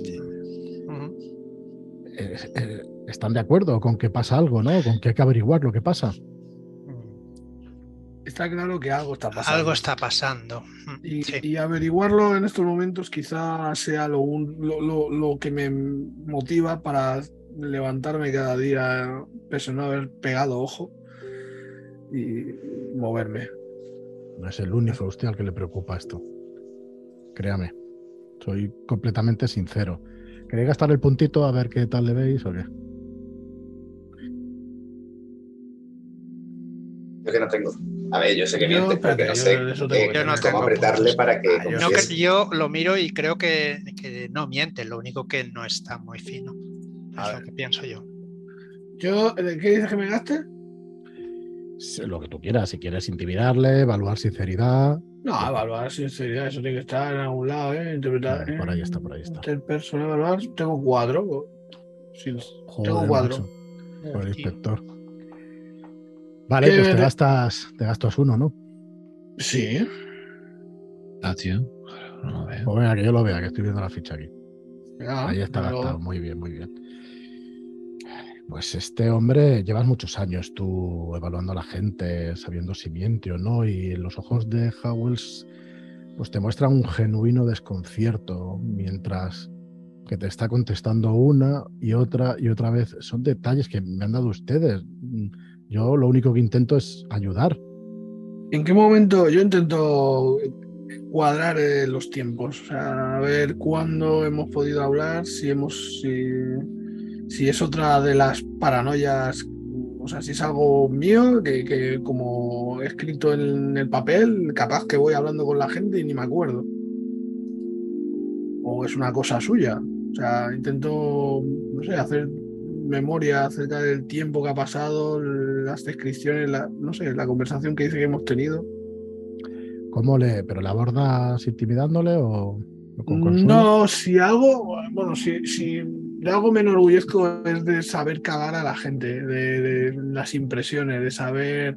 Están de acuerdo con que pasa algo, ¿no? Con que hay que averiguar lo que pasa. Está claro que algo está pasando. Algo está pasando. Y averiguarlo en estos momentos quizás sea lo que me motiva para levantarme cada día, pese a no haber pegado ojo, y moverme. No es el único usted al que le preocupa esto. Créame, soy completamente sincero. ¿Queréis gastar el puntito a ver qué tal le veis o qué? que no tengo. A ver, yo sé que miente, pero que no sé yo no cómo tengo apretarle puntos. para que No, confiese. yo lo miro y creo que no miente, lo único que no está muy fino. A Es ver. lo que pienso yo. ¿Qué dices que me gaste? Lo que tú quieras, si quieres intimidarle, evaluar sinceridad. No, evaluar sinceridad, eso tiene que estar en algún lado, ¿eh? Interpretar. Por ahí está, por ahí está. Interpersonal, evaluar, tengo 4. Sí, tengo Joder, 4. macho, por el Tío. inspector. Vale, pues te gastas 1, ¿no? Sí. Ah, tío. No lo veo. Pues venga, que yo lo vea, que estoy viendo la ficha aquí. Venga, Ahí está pero- gastado, muy bien, muy bien. Pues este hombre, llevas muchos años tú evaluando a la gente, sabiendo si miente o no, y en los ojos de Howells pues te muestra un genuino desconcierto, mientras que te está contestando una y otra vez. Son detalles que me han dado ustedes. Yo lo único que intento es ayudar. ¿En qué momento yo intento cuadrar los tiempos? O sea, a ver cuándo hemos podido hablar, si es otra de las paranoias, o sea, si es algo mío, que como he escrito en el papel, capaz que voy hablando con la gente y ni me acuerdo. O es una cosa suya. O sea, intento, no sé, hacer memoria acerca del tiempo que ha pasado, las descripciones, no sé, la conversación que dice que hemos tenido. ¿Pero le abordas intimidándole o con consuelo? No, si de algo me enorgullezco es de saber cagar a la gente, de las impresiones, de saber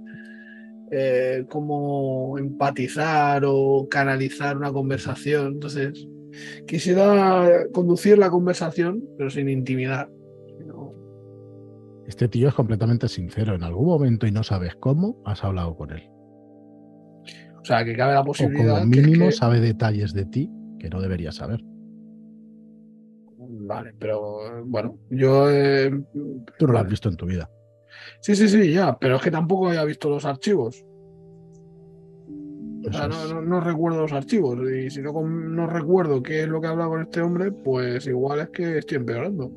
cómo empatizar o canalizar una conversación. Entonces, quisiera conducir la conversación, pero sin intimidar. sino- Este tío es completamente sincero. En algún momento y no sabes cómo, has hablado con él. O sea, que cabe la O posibilidad como mínimo que... sabe detalles de ti que no debería saber. Vale, pero bueno, yo... Tú no lo has visto en tu vida. Sí, ya, pero es que tampoco había visto los archivos. O sea, no recuerdo los archivos. Y si no recuerdo qué es lo que he hablado con este hombre, pues igual es que estoy empeorando.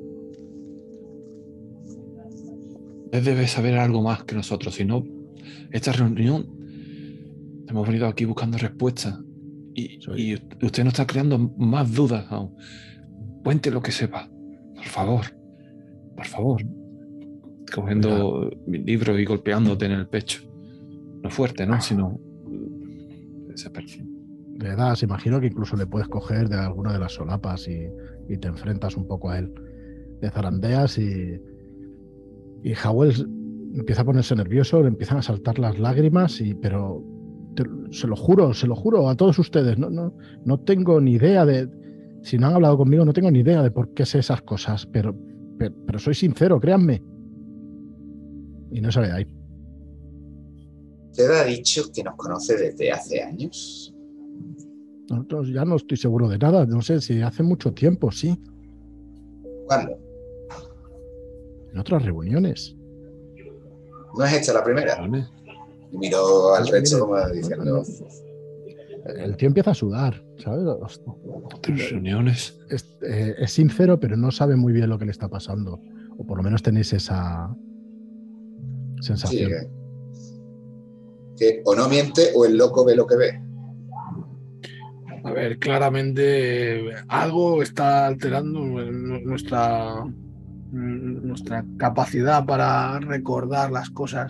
Él debe saber algo más que nosotros. Si no, esta reunión hemos venido aquí buscando respuestas. Y usted nos está creando más dudas aún. Cuente lo que sepa. Por favor. Por favor. Cogiendo mi libro y golpeándote en el pecho. No fuerte, ¿no? Sino ese perfil. Le das, imagino que incluso le puedes coger de alguna de las solapas y te enfrentas un poco a él. Le zarandeas y Howells empieza a ponerse nervioso, le empiezan a saltar las lágrimas, pero se lo juro a todos ustedes, no tengo ni idea de... Si no han hablado conmigo, no tengo ni idea de por qué sé esas cosas, pero soy sincero, créanme. Y no sale de ahí. ¿Usted ha dicho que nos conoce desde hace años? Nosotros ya no estoy seguro de nada, no sé si hace mucho tiempo, sí. ¿Cuándo? En otras reuniones. ¿No es esta la primera? ¿Vale? Y miró al No, resto mire, como diciendo... El tío empieza a sudar, ¿sabes? Otras reuniones. Es sincero, pero no sabe muy bien lo que le está pasando. O por lo menos tenéis esa sensación. Sí, que o no miente o el loco ve lo que ve. A ver, claramente algo está alterando nuestra capacidad para recordar las cosas.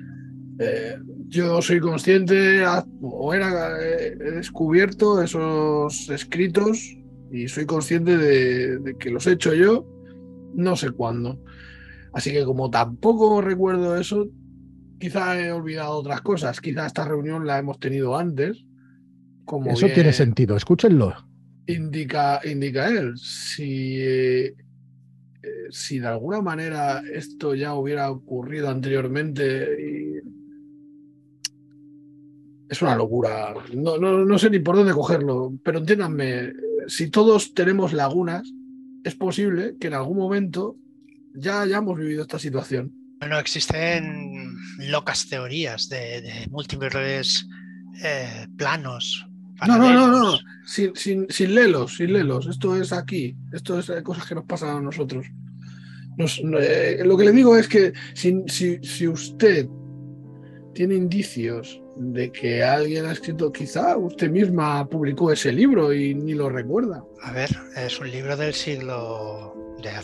Yo soy consciente, he descubierto esos escritos y soy consciente de que los he hecho yo, no sé cuándo. Así que como tampoco recuerdo eso, quizá he olvidado otras cosas. Quizá esta reunión la hemos tenido antes. Como Eso bien tiene sentido, escúchenlo. indica él. Si de alguna manera esto ya hubiera ocurrido anteriormente, es una locura. No sé ni por dónde cogerlo, pero entiéndanme, si todos tenemos lagunas, es posible que en algún momento ya hayamos vivido esta situación. Bueno, existen locas teorías de múltiples planos. No. Sin lelos. Esto es aquí. Esto es cosas que nos pasan a nosotros. Lo que le digo es que si usted tiene indicios de que alguien ha escrito, quizá usted misma publicó ese libro y ni lo recuerda. A ver, es un libro del siglo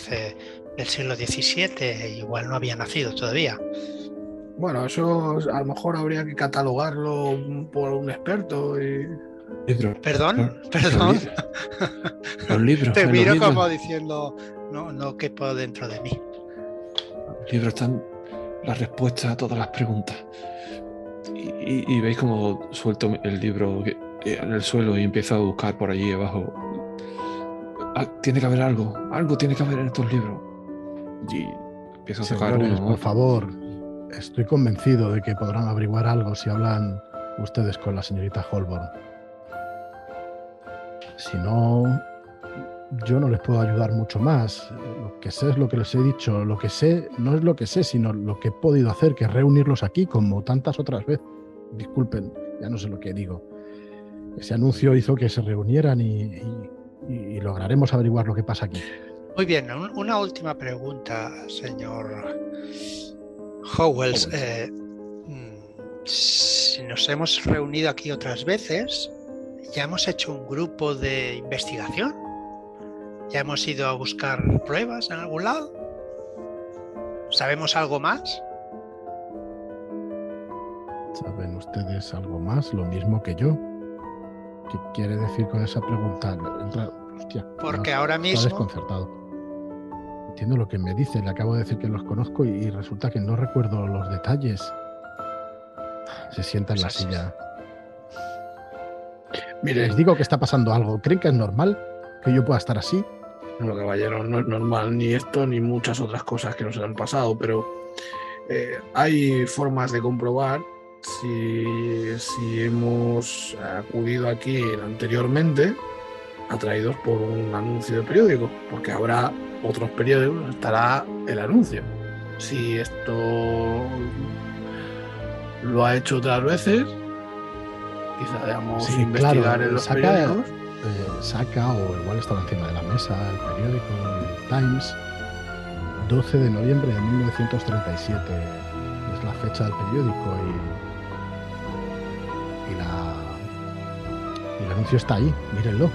XVII, igual no había nacido todavía. Bueno, eso a lo mejor habría que catalogarlo por un experto. Perdón. Los libros. Te en miro los libros, como diciendo, no quepo dentro de mí. los libros están las respuestas a todas las preguntas. Y veis como suelto el libro en el suelo y empiezo a buscar por allí abajo. Tiene que haber algo tiene que haber en estos libros. Y empiezo a sacar Señores, uno. por favor, estoy convencido de que podrán averiguar algo si hablan ustedes con la señorita Holborn. Si no, yo no les puedo ayudar mucho más. Lo que sé es lo que les he dicho. Lo que sé no es lo que sé, sino lo que he podido hacer, que es reunirlos aquí como tantas otras veces. Disculpen, ya no sé lo que digo. Ese anuncio hizo que se reunieran y lograremos averiguar lo que pasa aquí. Muy bien, una última pregunta, señor Howells. Si nos hemos reunido aquí otras veces, ya hemos hecho un grupo de investigación, ya hemos ido a buscar pruebas en algún lado. ¿Sabemos algo más? ¿Saben ustedes algo más? Lo mismo que yo. ¿Qué quiere decir con esa pregunta? Hostia, Porque no, ahora está mismo... desconcertado. Entiendo lo que me dice. Le acabo de decir que los conozco y resulta que no recuerdo los detalles. Se sienta en la Pues así silla. Mire, Les digo que está pasando algo. ¿Creen que es normal que yo pueda estar así? no, caballero, no es normal ni esto ni muchas otras cosas que nos han pasado, pero hay formas de comprobar si hemos acudido aquí anteriormente atraídos por un anuncio de periódico, porque habrá otros periódicos, estará el anuncio. Si esto lo ha hecho otras veces, quizá debamos Sí, investigar claro, en los periódicos. Saca, o igual estaba encima de la mesa, el periódico, el Times, 12 de noviembre de 1937. Es la fecha del periódico y el anuncio está ahí, mírenlo.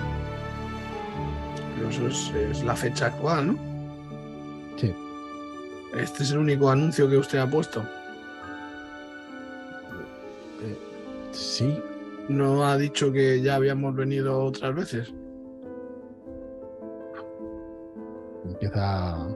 Pero eso es la fecha actual, ¿no? Sí. Este es el único anuncio que usted ha puesto. Sí, ¿No ha dicho que ya habíamos venido otras veces? empieza...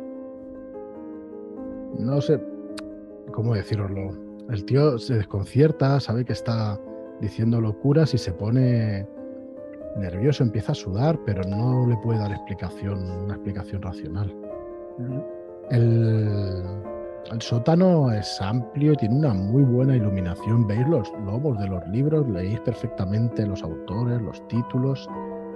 No sé cómo deciroslo. El tío se desconcierta, sabe que está diciendo locuras y se pone nervioso, empieza a sudar, pero no le puede dar una explicación racional. El sótano es amplio y tiene una muy buena iluminación. Veis los logos de los libros, leéis perfectamente los autores, los títulos.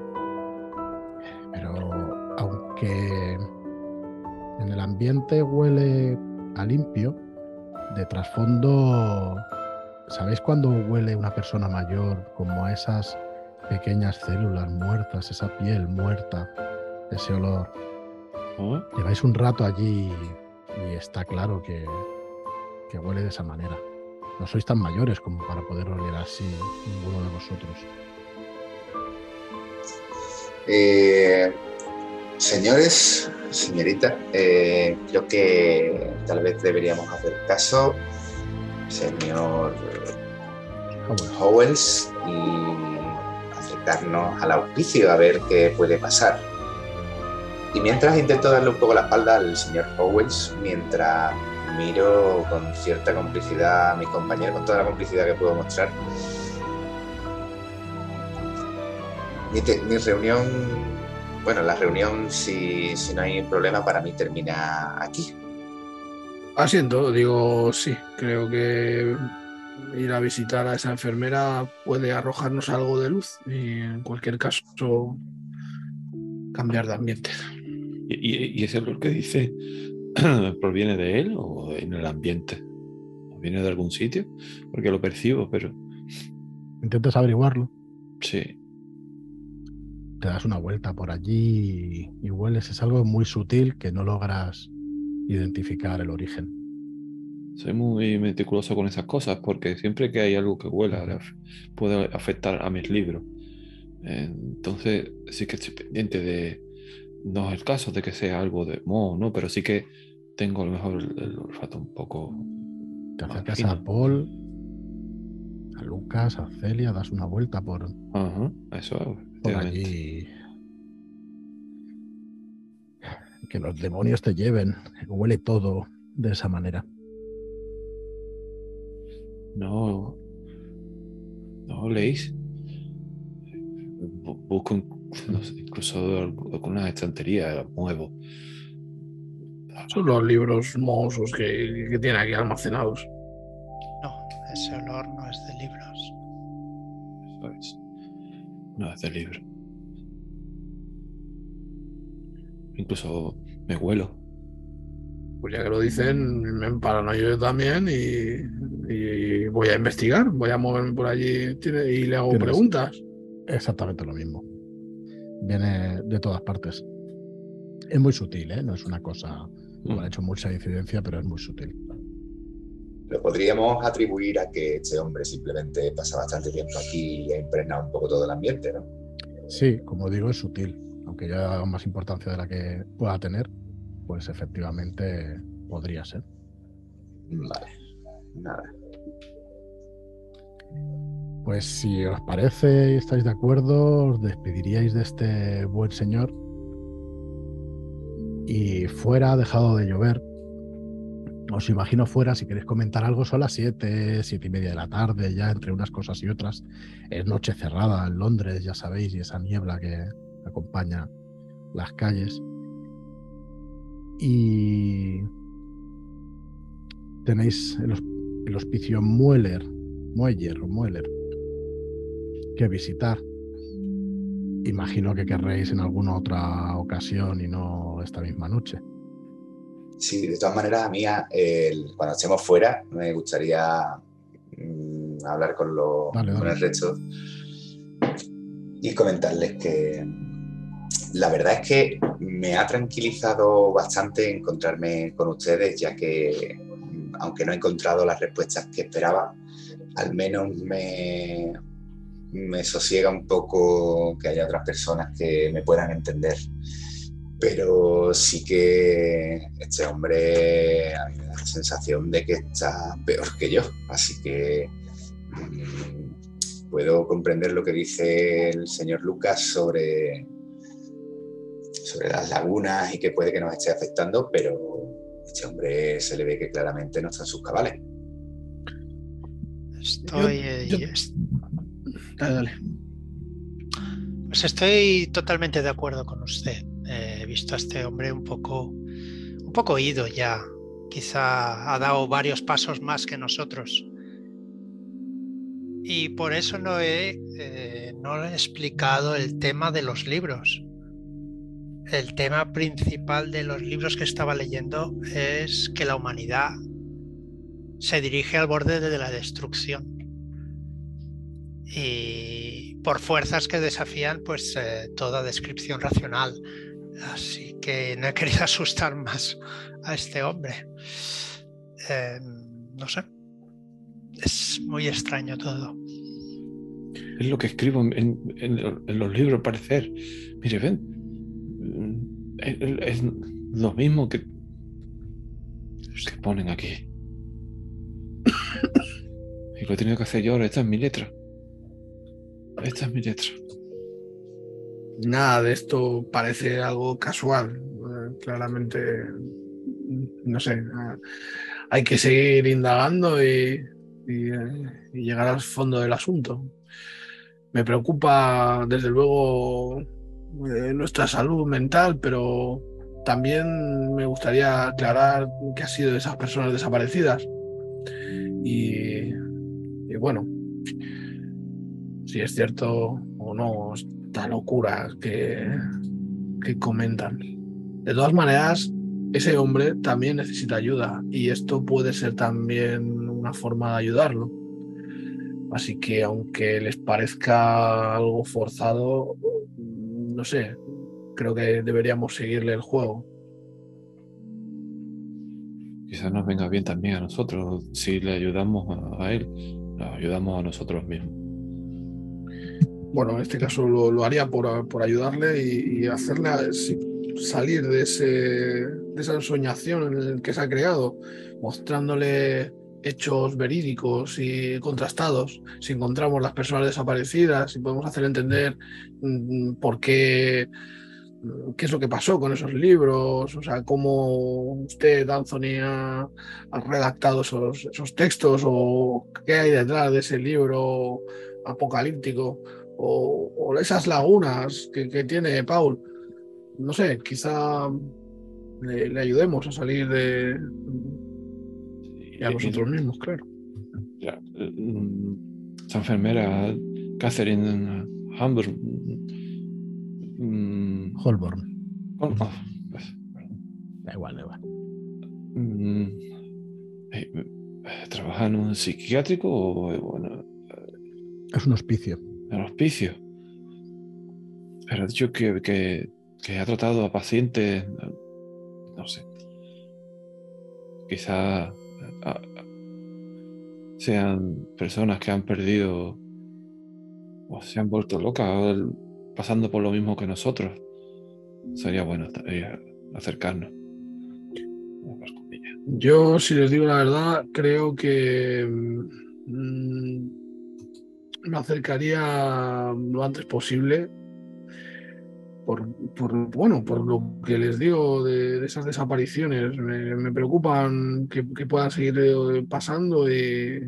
Pero aunque en el ambiente huele a limpio, de trasfondo, ¿sabéis cuando huele una persona mayor como a esas pequeñas células muertas, esa piel muerta, ese olor? ¿Oh? Lleváis un rato allí y está claro que huele de esa manera. No sois tan mayores como para poder oler así ninguno de vosotros. Señores, señorita, creo que tal vez deberíamos hacer caso, señor Howells, y acercarnos al auspicio a ver qué puede pasar. Y mientras intento darle un poco la espalda al señor Howells, mientras miro con cierta complicidad a mis compañeros, con toda la complicidad que puedo mostrar. Mi reunión, bueno, la reunión, si no hay problema, para mí termina aquí. Asiento, digo, sí, creo que ir a visitar a esa enfermera puede arrojarnos algo de luz y en cualquier caso cambiar de ambiente. ¿Y ese olor que dice proviene de él o en el ambiente? ¿O viene de algún sitio? Porque lo percibo, pero... Intentas averiguarlo. Sí. Te das una vuelta por allí y hueles. Es algo muy sutil que no logras identificar el origen. Soy muy meticuloso con esas cosas porque siempre que hay algo que huela puede afectar a mis libros. Entonces sí que estoy pendiente de... No es el caso de que sea algo de moho, ¿no? Pero sí que tengo a lo mejor el olfato un poco Te más acercas fino. a Paul, a Lucas, a Celia, das una vuelta por Ajá, eso, efectivamente. allí. Que los demonios te lleven. Huele todo de esa manera. No, no leéis. Busco no sé, incluso algunas estanterías, las muevo. Son los libros mohosos que tiene aquí almacenados. No, ese olor no es de libros. Eso es. No es de libro. Incluso me huelo. Pues ya que lo dicen, me emparanoio yo también y voy a investigar, voy a moverme por allí y le hago Tienes preguntas. exactamente lo mismo. Viene de todas partes. Es muy sutil, ¿eh? No es una cosa... Igual ha hecho mucha incidencia, pero es muy sutil. Lo podríamos atribuir a que este hombre simplemente pasa bastante tiempo aquí y ha impregnado un poco todo el ambiente, ¿no? Sí, como digo, es sutil. Aunque ya haga más importancia de la que pueda tener, pues efectivamente podría ser. Vale, nada. Pues si os parece y estáis de acuerdo, os despediríais de este buen señor. Y fuera ha dejado de llover. Os imagino fuera, si queréis comentar algo, son las 7:30 de la tarde, ya entre unas cosas y otras. Es noche cerrada en Londres, ya sabéis, y esa niebla que acompaña las calles. Y tenéis el hospicio Mueller que visitar. Imagino que querréis en alguna otra ocasión y no esta misma noche. Sí, de todas maneras, a mí, cuando estemos fuera, me gustaría hablar con Dale. el resto y comentarles que la verdad es que me ha tranquilizado bastante encontrarme con ustedes, ya que, aunque no he encontrado las respuestas que esperaba, al menos me sosiega un poco que haya otras personas que me puedan entender. Pero sí que este hombre a mí me da la sensación de que está peor que yo, así que puedo comprender lo que dice el señor Lucas sobre las lagunas y que puede que nos esté afectando, pero este hombre se le ve que claramente no está en sus cabales. Dale. Pues estoy totalmente de acuerdo con usted. He visto a este hombre un poco ido ya. Quizá ha dado varios pasos más que nosotros. Y por eso no le he explicado el tema de los libros. El tema principal de los libros que estaba leyendo es que la humanidad se dirige al borde de la destrucción. Y por fuerzas que desafían pues toda descripción racional. Así que no he querido asustar más a este hombre. No sé. Es muy extraño todo. Es lo que escribo en los libros, al parecer. Mire, ven. Es lo mismo que ponen aquí. Y lo he tenido que hacer yo ahora. Esta es mi letra. Nada de esto parece algo casual. Claramente, no sé, hay que seguir indagando y llegar al fondo del asunto. Me preocupa, desde luego, nuestra salud mental, pero también me gustaría aclarar qué ha sido de esas personas desaparecidas. Y bueno, si es cierto o no esta locura que comentan. De todas maneras, ese hombre también necesita ayuda y esto puede ser también una forma de ayudarlo. Así que aunque les parezca algo forzado, no sé, creo que deberíamos seguirle el juego. quizás nos venga bien también a nosotros. Si le ayudamos a él, nos ayudamos a nosotros mismos. Bueno, en este caso lo haría por ayudarle y hacerle salir de esa ensoñación en el que se ha creado, mostrándole hechos verídicos y contrastados. Si encontramos las personas desaparecidas, si podemos hacer entender por qué es lo que pasó con esos libros, o sea, cómo usted, Anthony, ha redactado esos textos, o qué hay detrás de ese libro apocalíptico, o esas lagunas que tiene Paul. No sé, quizá le ayudemos a salir y a nosotros mismos, claro. Esa enfermera, Catherine Hamburg. Holborn. Pues, Da igual. ¿Trabaja en un psiquiátrico o bueno? Es un hospicio. En hospicio. Pero ha dicho que ha tratado a pacientes, no sé. Quizá sean personas que han perdido o se han vuelto locas pasando por lo mismo que nosotros. Sería bueno acercarnos. Yo, si les digo la verdad, creo que me acercaría lo antes posible por lo que les digo de esas desapariciones. Me preocupan que puedan seguir pasando y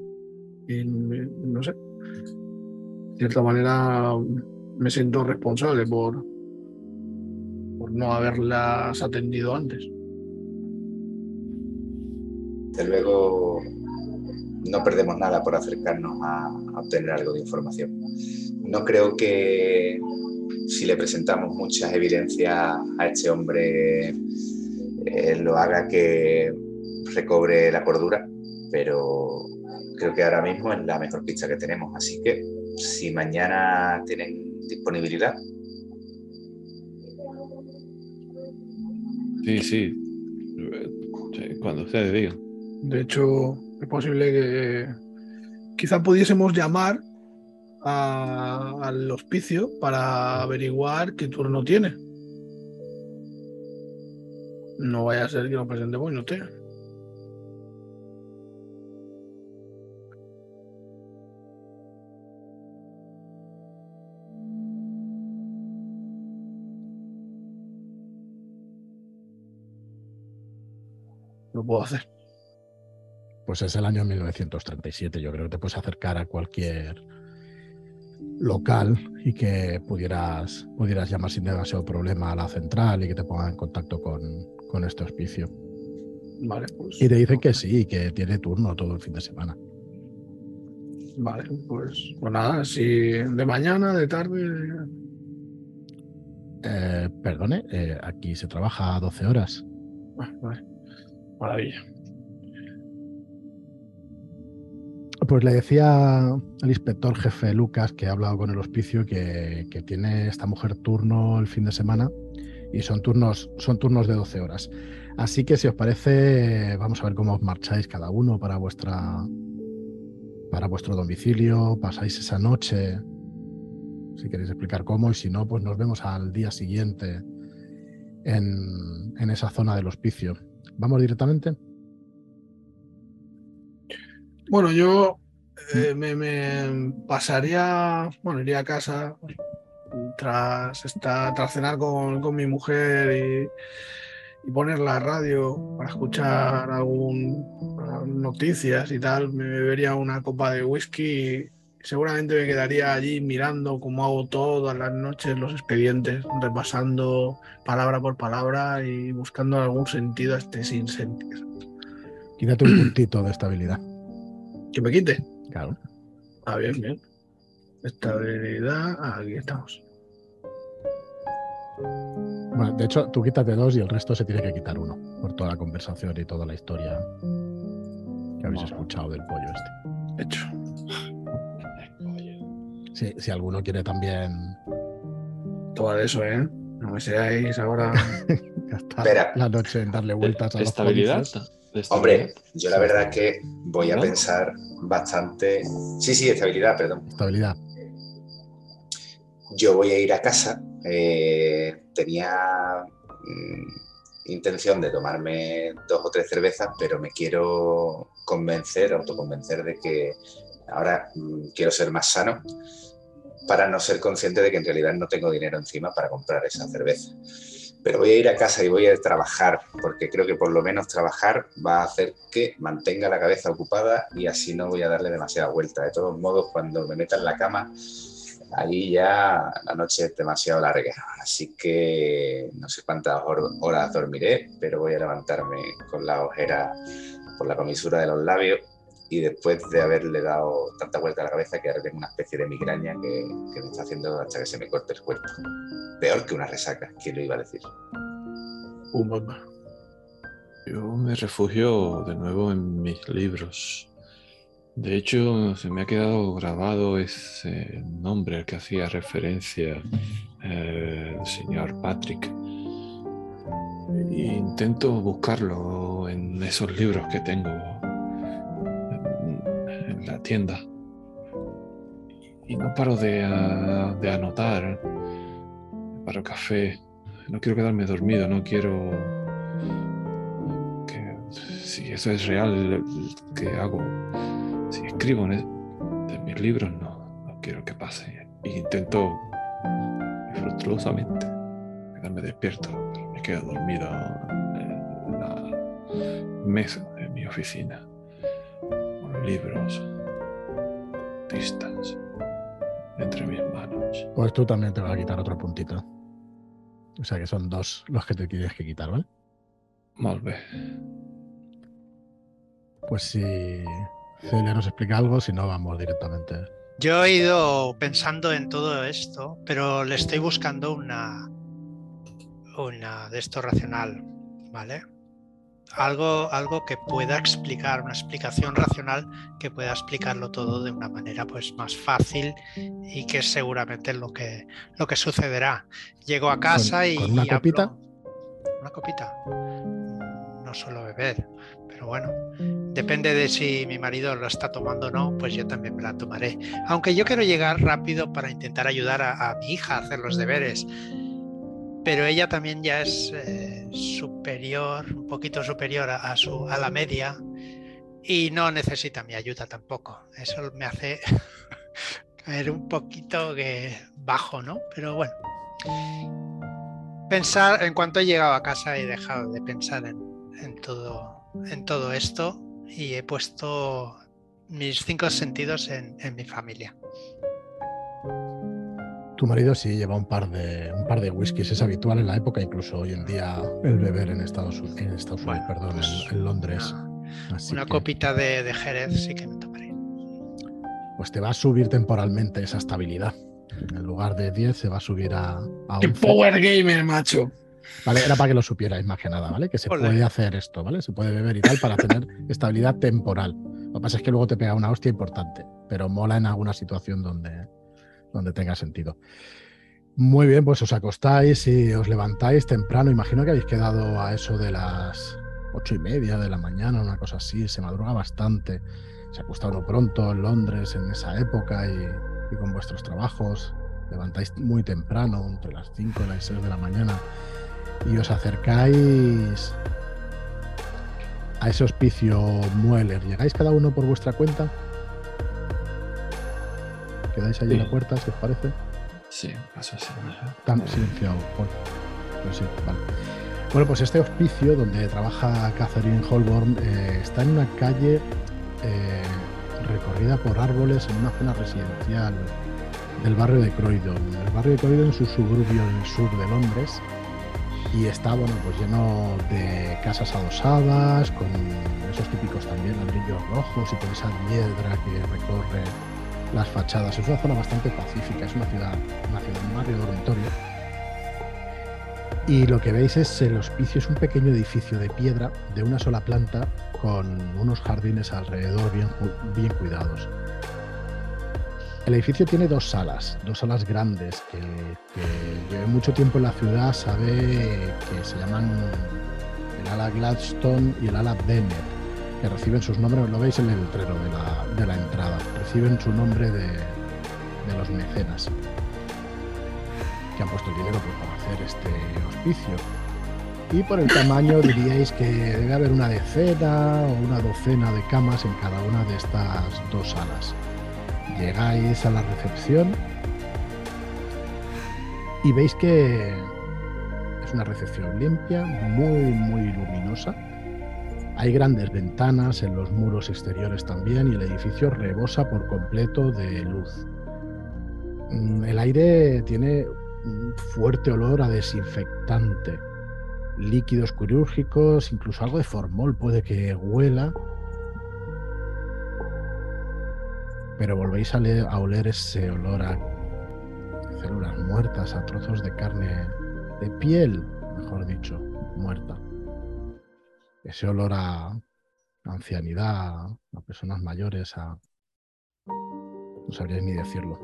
no sé, de cierta manera me siento responsable por no haberlas atendido antes. Desde luego no perdemos nada por acercarnos a obtener algo de información. No creo que si le presentamos muchas evidencias a este hombre lo haga que recobre la cordura, pero creo que ahora mismo es la mejor pista que tenemos. Así que si mañana tienen disponibilidad. Sí. Cuando ustedes digan. De hecho, es posible que quizá pudiésemos llamar al hospicio para averiguar qué turno tiene. No vaya a ser que nos presentemos y no tenga. Lo puedo hacer. Pues es el año 1937. Yo creo que te puedes acercar a cualquier local y que pudieras llamar sin demasiado problema a la central y que te pongan en contacto con este hospicio. Vale, pues. Y te dicen que sí, que tiene turno todo el fin de semana. Vale, pues nada, si de mañana, de tarde. Perdone, aquí se trabaja 12 horas. Vale. Maravilla. Pues le decía al inspector jefe Lucas, que ha hablado con el hospicio, que tiene esta mujer turno el fin de semana y son turnos de 12 horas. Así que si os parece, vamos a ver cómo os marcháis cada uno para vuestro domicilio, pasáis esa noche, si queréis explicar cómo, y si no, pues nos vemos al día siguiente en esa zona del hospicio. ¿Vamos directamente? Bueno, yo me pasaría, iría a casa tras cenar con mi mujer y poner la radio para escuchar noticias y tal. Me bebería una copa de whisky y seguramente me quedaría allí mirando, como hago todas las noches, los expedientes, repasando palabra por palabra y buscando algún sentido a este sinsentido. Quítate un puntito de estabilidad. ¿Que me quite? Claro. Ah, bien. Estabilidad, aquí estamos. Bueno, de hecho, tú quítate 2 y el resto se tiene que quitar 1 por toda la conversación y toda la historia que habéis escuchado del pollo este. Hecho. Sí, si alguno quiere también... Todo eso, ¿eh? No me seáis ahora... gastar la noche en darle vueltas a los estabilidad. polizos. Hombre, yo la verdad que voy a pensar bastante... Sí, estabilidad, perdón. Estabilidad. Yo voy a ir a casa. Tenía intención de tomarme 2 o 3 cervezas, pero me quiero autoconvencer de que ahora quiero ser más sano para no ser consciente de que en realidad no tengo dinero encima para comprar esa cerveza. Pero voy a ir a casa y voy a trabajar, porque creo que por lo menos trabajar va a hacer que mantenga la cabeza ocupada y así no voy a darle demasiada vuelta. De todos modos, cuando me meta en la cama, ahí ya la noche es demasiado larga. Así que no sé cuántas horas dormiré, pero voy a levantarme con la ojera por la comisura de los labios y después de haberle dado tanta vuelta a la cabeza que ahora tengo una especie de migraña que me está haciendo hasta que se me corte el cuerpo. Peor que una resaca, ¿quién lo iba a decir? Bomba. Yo me refugio de nuevo en mis libros. De hecho, se me ha quedado grabado ese nombre al que hacía referencia el señor Patrick. Intento buscarlo en esos libros que tengo en la tienda. Y no paro de anotar. Paro café. No quiero quedarme dormido, no quiero que, si eso es real, que hago, si escribo en mis libros, no quiero que pase. E intento fructuosamente quedarme despierto, pero me quedo dormido en la mesa de mi oficina, con libros distant entre mis manos. Pues tú también te vas a quitar otro puntito. O sea que son 2 los que te tienes que quitar, ¿vale? Molt bé. Pues si Celia nos explica algo, si no, vamos directamente. Yo he ido pensando en todo esto, pero le estoy buscando una de esto racional, ¿vale? Algo que pueda explicar, una explicación racional que pueda explicarlo todo de una manera pues más fácil y que es seguramente lo que sucederá. Llego a casa ¿Con una copita? hablo. ¿Una copita? No suelo beber, pero bueno, depende de si mi marido lo está tomando o no, pues yo también me la tomaré. Aunque yo quiero llegar rápido para intentar ayudar a mi hija a hacer los deberes. Pero ella también ya es superior, un poquito superior a la media y no necesita mi ayuda tampoco. Eso me hace caer un poquito bajo, ¿no? Pero bueno, pensar, en cuanto he llegado a casa he dejado de pensar en todo esto y he puesto mis 5 sentidos en mi familia. Tu marido sí lleva un par de whiskies, es habitual en la época, incluso hoy en día el beber en Estados Unidos, Bueno, perdón, pues en Londres. Una copita de Jerez sí que me tomaré. Pues te va a subir temporalmente esa estabilidad. En lugar de 10 se va a subir a ¡Qué 11. power gamer, macho! Vale, era para que lo supierais más que nada, ¿vale? Que se Olé. puede hacer esto, ¿vale? Se puede beber y tal para tener estabilidad temporal. Lo que pasa es que luego te pega una hostia importante, pero mola en alguna situación donde tenga sentido. Muy bien, pues os acostáis y os levantáis temprano. Imagino que habéis quedado a eso de las 8:30 de la mañana, una cosa así. Se madruga bastante. Se acuesta uno pronto en Londres en esa época y con vuestros trabajos. Levantáis muy temprano, entre las 5 y las 6 de la mañana, y os acercáis a ese hospicio Mueller. ¿Llegáis cada uno por vuestra cuenta? ¿Quedáis ahí en la puerta, si os parece? Sí, paso así. Tan silenciado. Pues sí, vale. Bueno, pues este hospicio donde trabaja Catherine Holborn está en una calle recorrida por árboles en una zona residencial del barrio de Croydon. El barrio de Croydon es un suburbio en el sur de Londres y está, bueno, pues lleno de casas adosadas, con esos típicos también ladrillos rojos y con esa piedra que recorre las fachadas. Es una zona bastante pacífica, es una ciudad, un barrio dormitorio. Y lo que veis es el hospicio, es un pequeño edificio de piedra de una sola planta con unos jardines alrededor bien cuidados. El edificio tiene dos salas grandes que lleve mucho tiempo en la ciudad sabe que se llaman el ala Gladstone y el ala Bennett, que reciben sus nombres, lo veis en el letrero de la entrada, reciben su nombre de los mecenas, que han puesto el dinero pues, para hacer este hospicio. Y por el tamaño diríais que debe haber una decena o una docena de camas en cada una de estas dos salas. Llegáis a la recepción y veis que es una recepción limpia, muy, muy luminosa. Hay grandes ventanas en los muros exteriores también y el edificio rebosa por completo de luz. El aire tiene un fuerte olor a desinfectante. Líquidos quirúrgicos, incluso algo de formol puede que huela. Pero volvéis a oler ese olor a células muertas, a trozos de carne, de piel, mejor dicho, muerta. Ese olor a ancianidad, a personas mayores, no sabríais ni decirlo.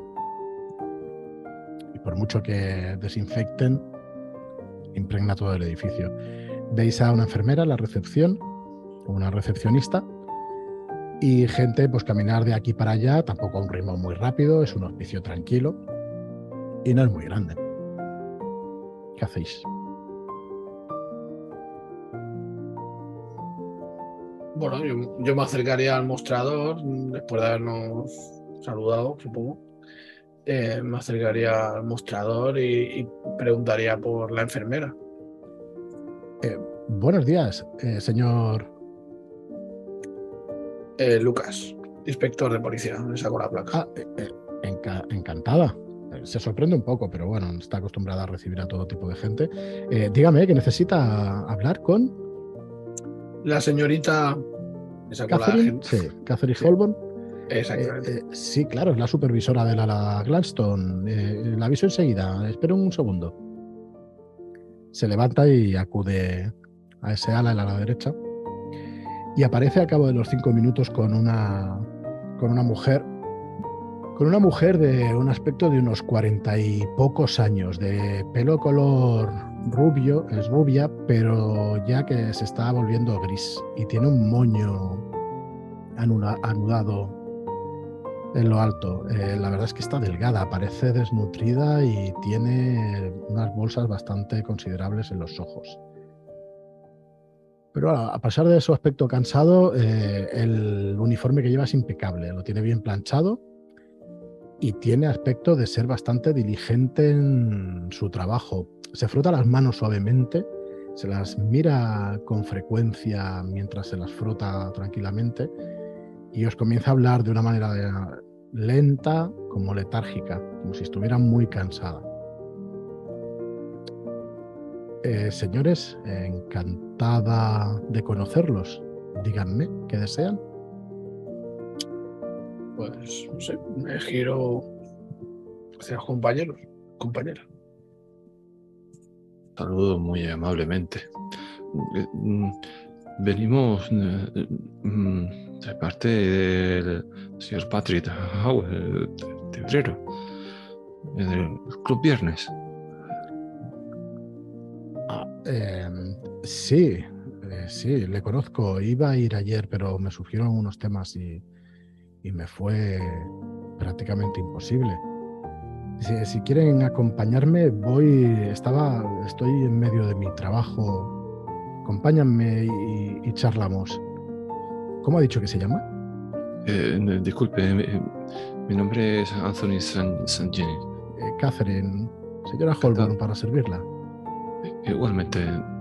Y por mucho que desinfecten, impregna todo el edificio. Veis a una enfermera en la recepción, o una recepcionista, y gente pues caminar de aquí para allá, tampoco a un ritmo muy rápido, es un hospicio tranquilo y no es muy grande. ¿Qué hacéis? Bueno, yo me acercaría al mostrador después de habernos saludado, supongo. Me acercaría al mostrador y preguntaría por la enfermera. Buenos días, señor. Lucas, inspector de policía, le saco la placa. Encantada. Se sorprende un poco, pero bueno, está acostumbrada a recibir a todo tipo de gente. Dígame, que necesita hablar con... La señorita... Le saco Catherine, la... sí, Catherine Holborn. Exactamente. Sí, claro, es la supervisora de la Gladstone. La aviso enseguida. Espera un segundo. Se levanta y acude a ese ala en la derecha. Y aparece a cabo de los 5 minutos con una mujer. Con una mujer de un aspecto de unos 40 y pocos años, de pelo color rubio, es rubia, pero ya que se está volviendo gris y tiene un moño anudado en lo alto. La verdad es que está delgada, parece desnutrida y tiene unas bolsas bastante considerables en los ojos. Pero a pesar de su aspecto cansado, el uniforme que lleva es impecable, lo tiene bien planchado y tiene aspecto de ser bastante diligente en su trabajo. Se frota las manos suavemente, se las mira con frecuencia mientras se las frota tranquilamente y os comienza a hablar de una manera lenta, como letárgica, como si estuviera muy cansada. Señores, encantada de conocerlos. Díganme, ¿qué desean? Pues, no sé, me giro hacia los compañeros, compañera. Saludo muy amablemente. Venimos de parte del señor Patrick Howell, de Obrero, del Club Viernes. Sí, le conozco. Iba a ir ayer, pero me surgieron unos temas y me fue prácticamente imposible. Si quieren acompañarme, estoy en medio de mi trabajo. Acompáñenme y charlamos. ¿Cómo ha dicho que se llama? Disculpe, mi nombre es Anthony Sangini. Catherine, señora Holborn, para servirla. Igualmente,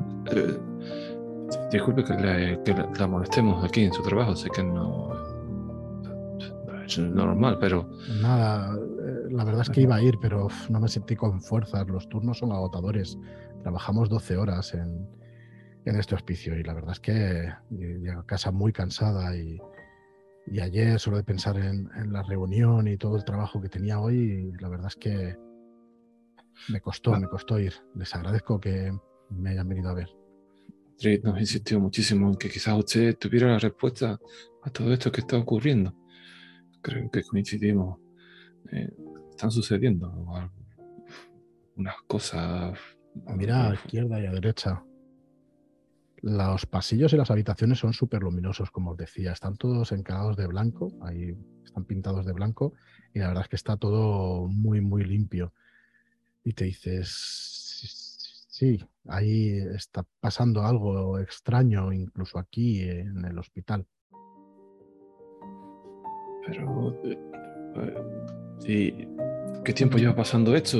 disculpe que la molestemos aquí en su trabajo, sé que no es normal, pero... Nada, la verdad es que iba a ir, pero no me sentí con fuerzas, los turnos son agotadores, trabajamos 12 horas en este hospicio y la verdad es que llego a casa muy cansada y ayer solo de pensar en la reunión y todo el trabajo que tenía hoy, la verdad es que me costó ir. Les agradezco que me hayan venido a ver. Reed nos insistió muchísimo en que quizás usted tuviera la respuesta a todo esto que está ocurriendo. Creo que coincidimos. Están sucediendo unas cosas. Mira a izquierda y a derecha. Los pasillos y las habitaciones son súper luminosos, como os decía. Están todos encajados de blanco, ahí están pintados de blanco, y la verdad es que está todo muy, muy limpio. Y te dices, sí, ahí está pasando algo extraño, incluso aquí en el hospital. Pero, sí, ¿qué tiempo lleva pasando esto?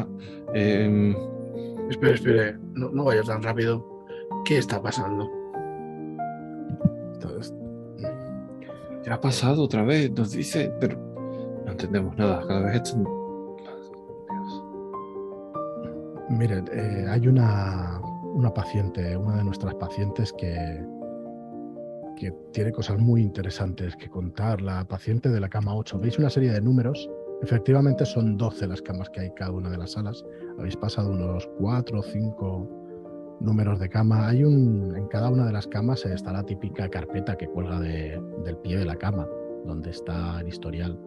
Espere, no vaya tan rápido. ¿Qué está pasando? Entonces, Ya ha pasado otra vez, nos dice, pero no entendemos nada. Cada vez esto. Dios. mire, hay una paciente, una de nuestras pacientes que tiene cosas muy interesantes que contar. La paciente de la cama 8. ¿Veis una serie de números? Efectivamente son 12 las camas que hay en cada una de las salas. Habéis pasado unos 4 o 5 números de cama. En cada una de las camas está la típica carpeta que cuelga del pie de la cama, donde está el historial.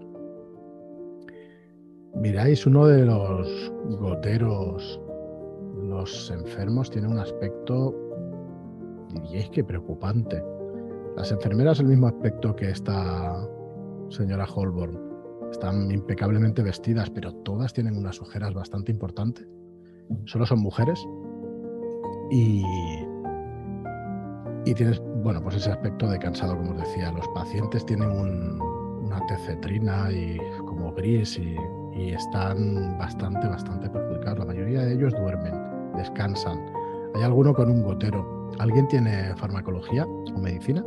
Miráis uno de los goteros. Los enfermos tienen un aspecto, diríais que preocupante. Las enfermeras el mismo aspecto que esta señora Holborn. Están impecablemente vestidas, pero todas tienen unas ojeras bastante importantes. Solo son mujeres. Y tienes, bueno, pues ese aspecto de cansado, como os decía. Los pacientes tienen una tez cetrina y como gris y están bastante perjudicados. La mayoría de ellos duermen, descansan. Hay alguno con un gotero. ¿Alguien tiene farmacología o medicina?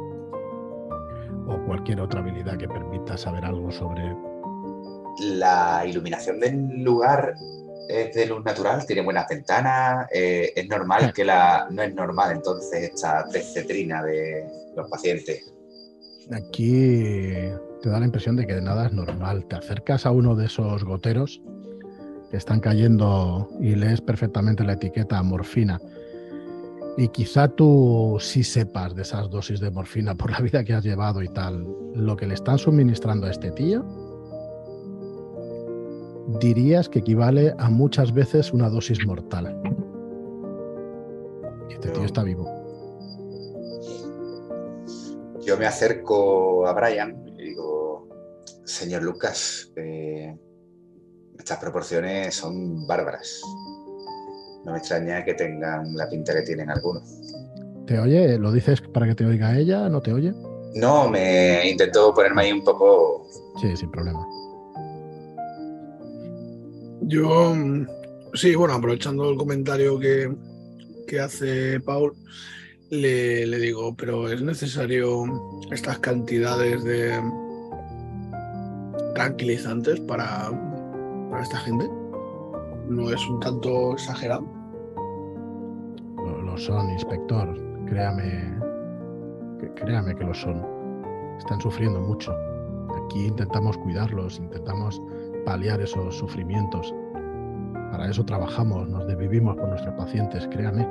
O cualquier otra habilidad que permita saber algo sobre... La iluminación del lugar es de luz natural, tiene buenas ventanas, es normal que no es normal entonces esta cetrina de los pacientes. Aquí te da la impresión de que nada es normal. Te acercas a uno de esos goteros que están cayendo y lees perfectamente la etiqueta morfina. Y quizá tú sí sepas de esas dosis de morfina por la vida que has llevado y tal. Lo que le están suministrando a este tío, dirías que equivale a muchas veces una dosis mortal. Y este tío está vivo. Yo me acerco a Brian y digo, señor Lucas, estas proporciones son bárbaras. No me extraña que tengan la pinta que tienen algunos. ¿Te oye? ¿Lo dices para que te oiga ella? ¿No te oye? No, me intento ponerme ahí un poco... Sí, sin problema. Yo, sí, bueno, aprovechando el comentario que hace Paul, le digo, pero ¿es necesario estas cantidades de tranquilizantes para esta gente? ¿No es un tanto exagerado? Lo son, inspector. Créame que lo son. Están sufriendo mucho. Aquí intentamos cuidarlos, intentamos paliar esos sufrimientos. Para eso trabajamos, nos desvivimos por nuestros pacientes, créame.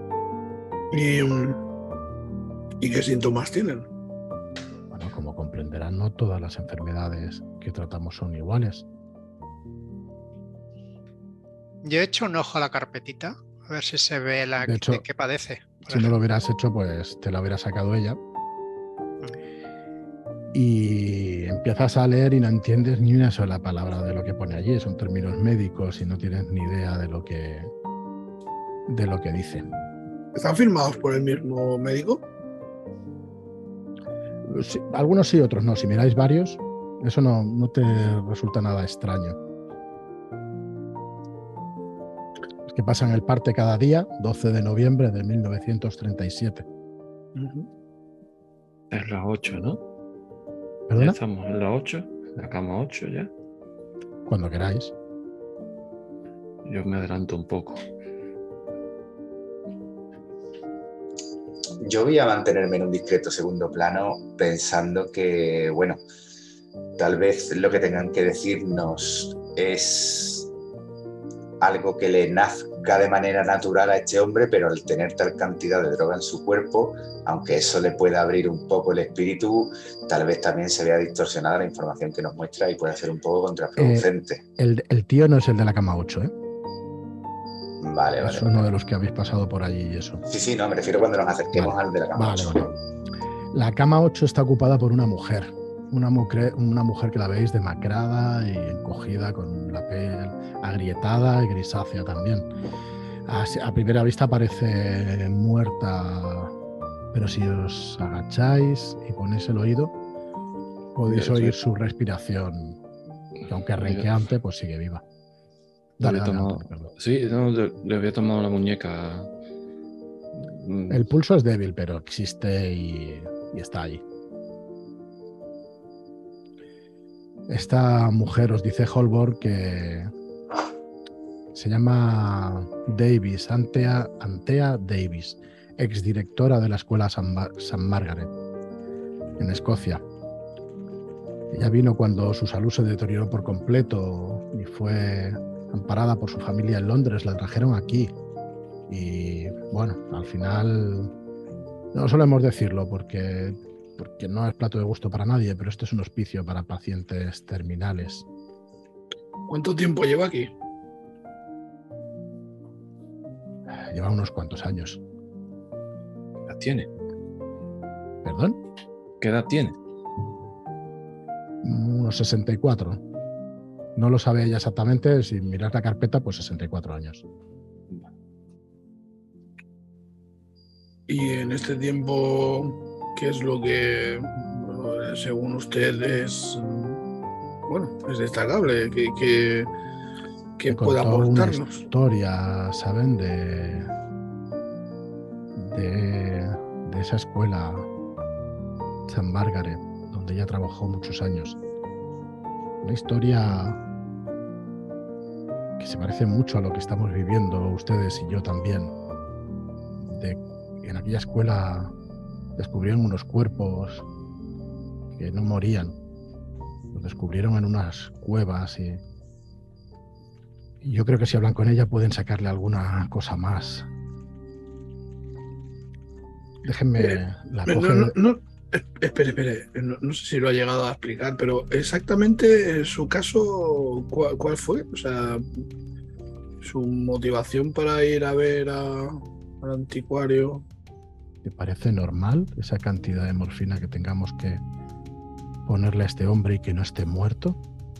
¿Y qué síntomas tienen? Bueno, como comprenderán, no todas las enfermedades que tratamos son iguales. Yo he hecho un ojo a la carpetita, a ver si se ve De hecho, qué padece. Si no lo hubieras hecho, pues te lo hubiera sacado ella. Y empiezas a leer y no entiendes ni una sola palabra de lo que pone allí. Son términos médicos y no tienes ni idea de lo que dicen. ¿Están firmados por el mismo médico? Sí, algunos sí, otros no. Si miráis varios, eso no te resulta nada extraño. Es que pasan el parte cada día, 12 de noviembre de 1937. Es las 8, ¿no? ¿Perdona? Ya estamos en las 8, la cama 8 ya. Cuando queráis. Yo me adelanto un poco. Yo voy a mantenerme en un discreto segundo plano pensando que, bueno, tal vez lo que tengan que decirnos es algo que le nazca de manera natural a este hombre, pero al tener tal cantidad de droga en su cuerpo, aunque eso le pueda abrir un poco el espíritu, tal vez también se vea distorsionada la información que nos muestra y puede ser un poco contraproducente. El tío no es el de la cama 8, ¿eh? Vale, Es vale. uno de los que habéis pasado por allí y eso. Sí, no, me refiero cuando nos acerquemos Vale. al de la cama. Vale, vale. La cama 8 está ocupada por una mujer. Una mujer que la veis demacrada y encogida, con la piel agrietada y grisácea también. A primera vista parece muerta, pero si os agacháis y ponéis el oído, podéis Bien, oír sí. su respiración, que aunque renqueante, pues sigue viva. Le Dale, había dale, tomado- Antonio, perdón. Sí, no, le había tomado la muñeca. El pulso es débil, pero existe y está ahí. Esta mujer os dice Holborn que se llama Davis, Antea Davis, exdirectora de la escuela San Margaret, en Escocia. Ella vino cuando su salud se deterioró por completo y fue amparada por su familia en Londres. La trajeron aquí y, bueno, al final no solemos decirlo porque no es plato de gusto para nadie, pero este es un hospicio para pacientes terminales. ¿Cuánto tiempo lleva aquí? Lleva unos cuantos años. ¿Qué edad tiene? ¿Perdón? ¿Qué edad tiene? Unos 64. No lo sabe ella exactamente, si miras la carpeta, pues 64 años. Y en este tiempo, ¿qué es lo que, según usted, es destacable? Que Me pueda contó una aportarnos. historia, ¿saben? De esa escuela San Margaret, donde ella trabajó muchos años. Una historia que se parece mucho a lo que estamos viviendo ustedes y yo también. En aquella escuela descubrieron unos cuerpos que no morían. Los descubrieron en unas cuevas y yo creo que si hablan con ella pueden sacarle alguna cosa más. Déjenme la coge. Espere. No sé si lo ha llegado a explicar, pero exactamente su caso, ¿cuál fue? O sea, su motivación para ir a ver al anticuario. ¿Te parece normal esa cantidad de morfina que tengamos que ponerle a este hombre y que no esté muerto?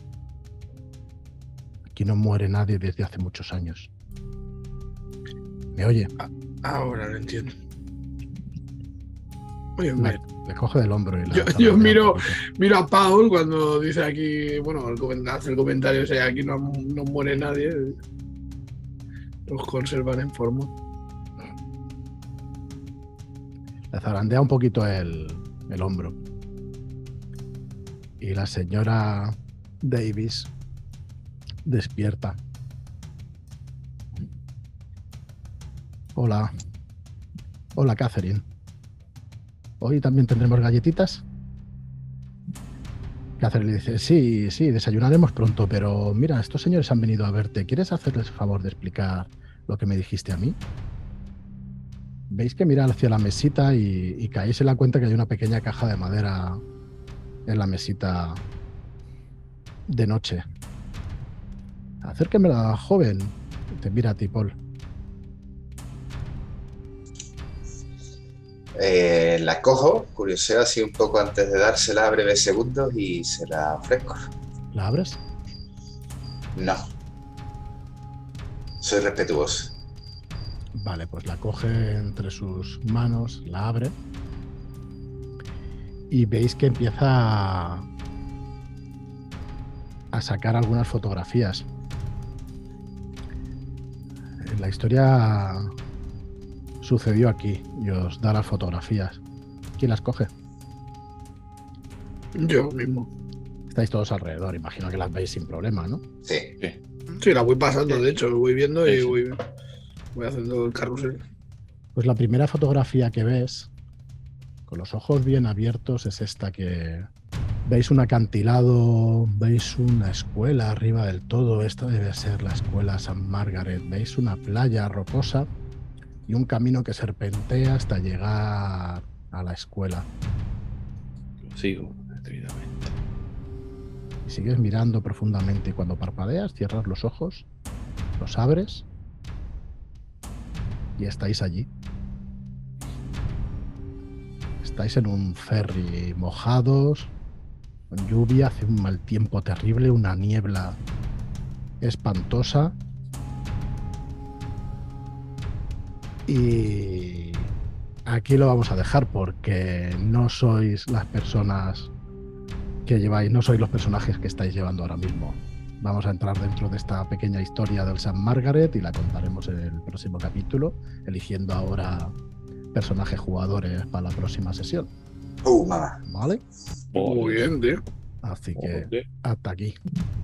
Aquí no muere nadie desde hace muchos años. ¿Me oye? Ahora lo entiendo. Oye, hombre, Le coge del hombro y la Yo zarandea un miro- poquito. miro a Paul cuando dice aquí, hace el comentario, o sea, aquí no muere nadie. Los conservan en forma. Le zarandea un poquito el hombro. Y la señora Davis despierta. Hola. Hola, Catherine. ¿Hoy también tendremos galletitas? Catherine le dice, sí, desayunaremos pronto, pero mira, estos señores han venido a verte. ¿Quieres hacerles el favor de explicar lo que me dijiste a mí? Veis que mira hacia la mesita y caéis en la cuenta que hay una pequeña caja de madera en la mesita de noche. Acérquemela, joven. Te mira a ti, Paul. La cojo, curioseo así un poco antes de dársela breves segundos y se la ofrezco. ¿La abres? No. Soy respetuoso. Vale, pues la coge entre sus manos, la abre y veis que empieza a sacar algunas fotografías. La historia sucedió aquí y os da las fotografías. ¿Quién las coge? Yo mismo. Estáis todos alrededor, imagino que las veis sin problema, ¿no? Sí. Sí, la voy pasando, de hecho, voy viendo y Sí. voy haciendo el carrusel. Pues la primera fotografía que ves, con los ojos bien abiertos, es esta que veis un acantilado, veis una escuela arriba del todo. Esta debe ser la escuela San Margaret. Veis una playa rocosa y un camino que serpentea hasta llegar a la escuela. Lo sigo, detenidamente. Y sigues mirando profundamente y cuando parpadeas, cierras los ojos, los abres y estáis allí. Estáis en un ferry mojados, con lluvia, hace un mal tiempo terrible, una niebla espantosa. Y aquí lo vamos a dejar porque no sois las personas que lleváis, no sois los personajes que estáis llevando ahora mismo. Vamos a entrar dentro de esta pequeña historia del St. Margaret y la contaremos en el próximo capítulo, eligiendo ahora personajes jugadores para la próxima sesión. Mamá. ¿Vale? Muy bien, tío. Así que hasta aquí.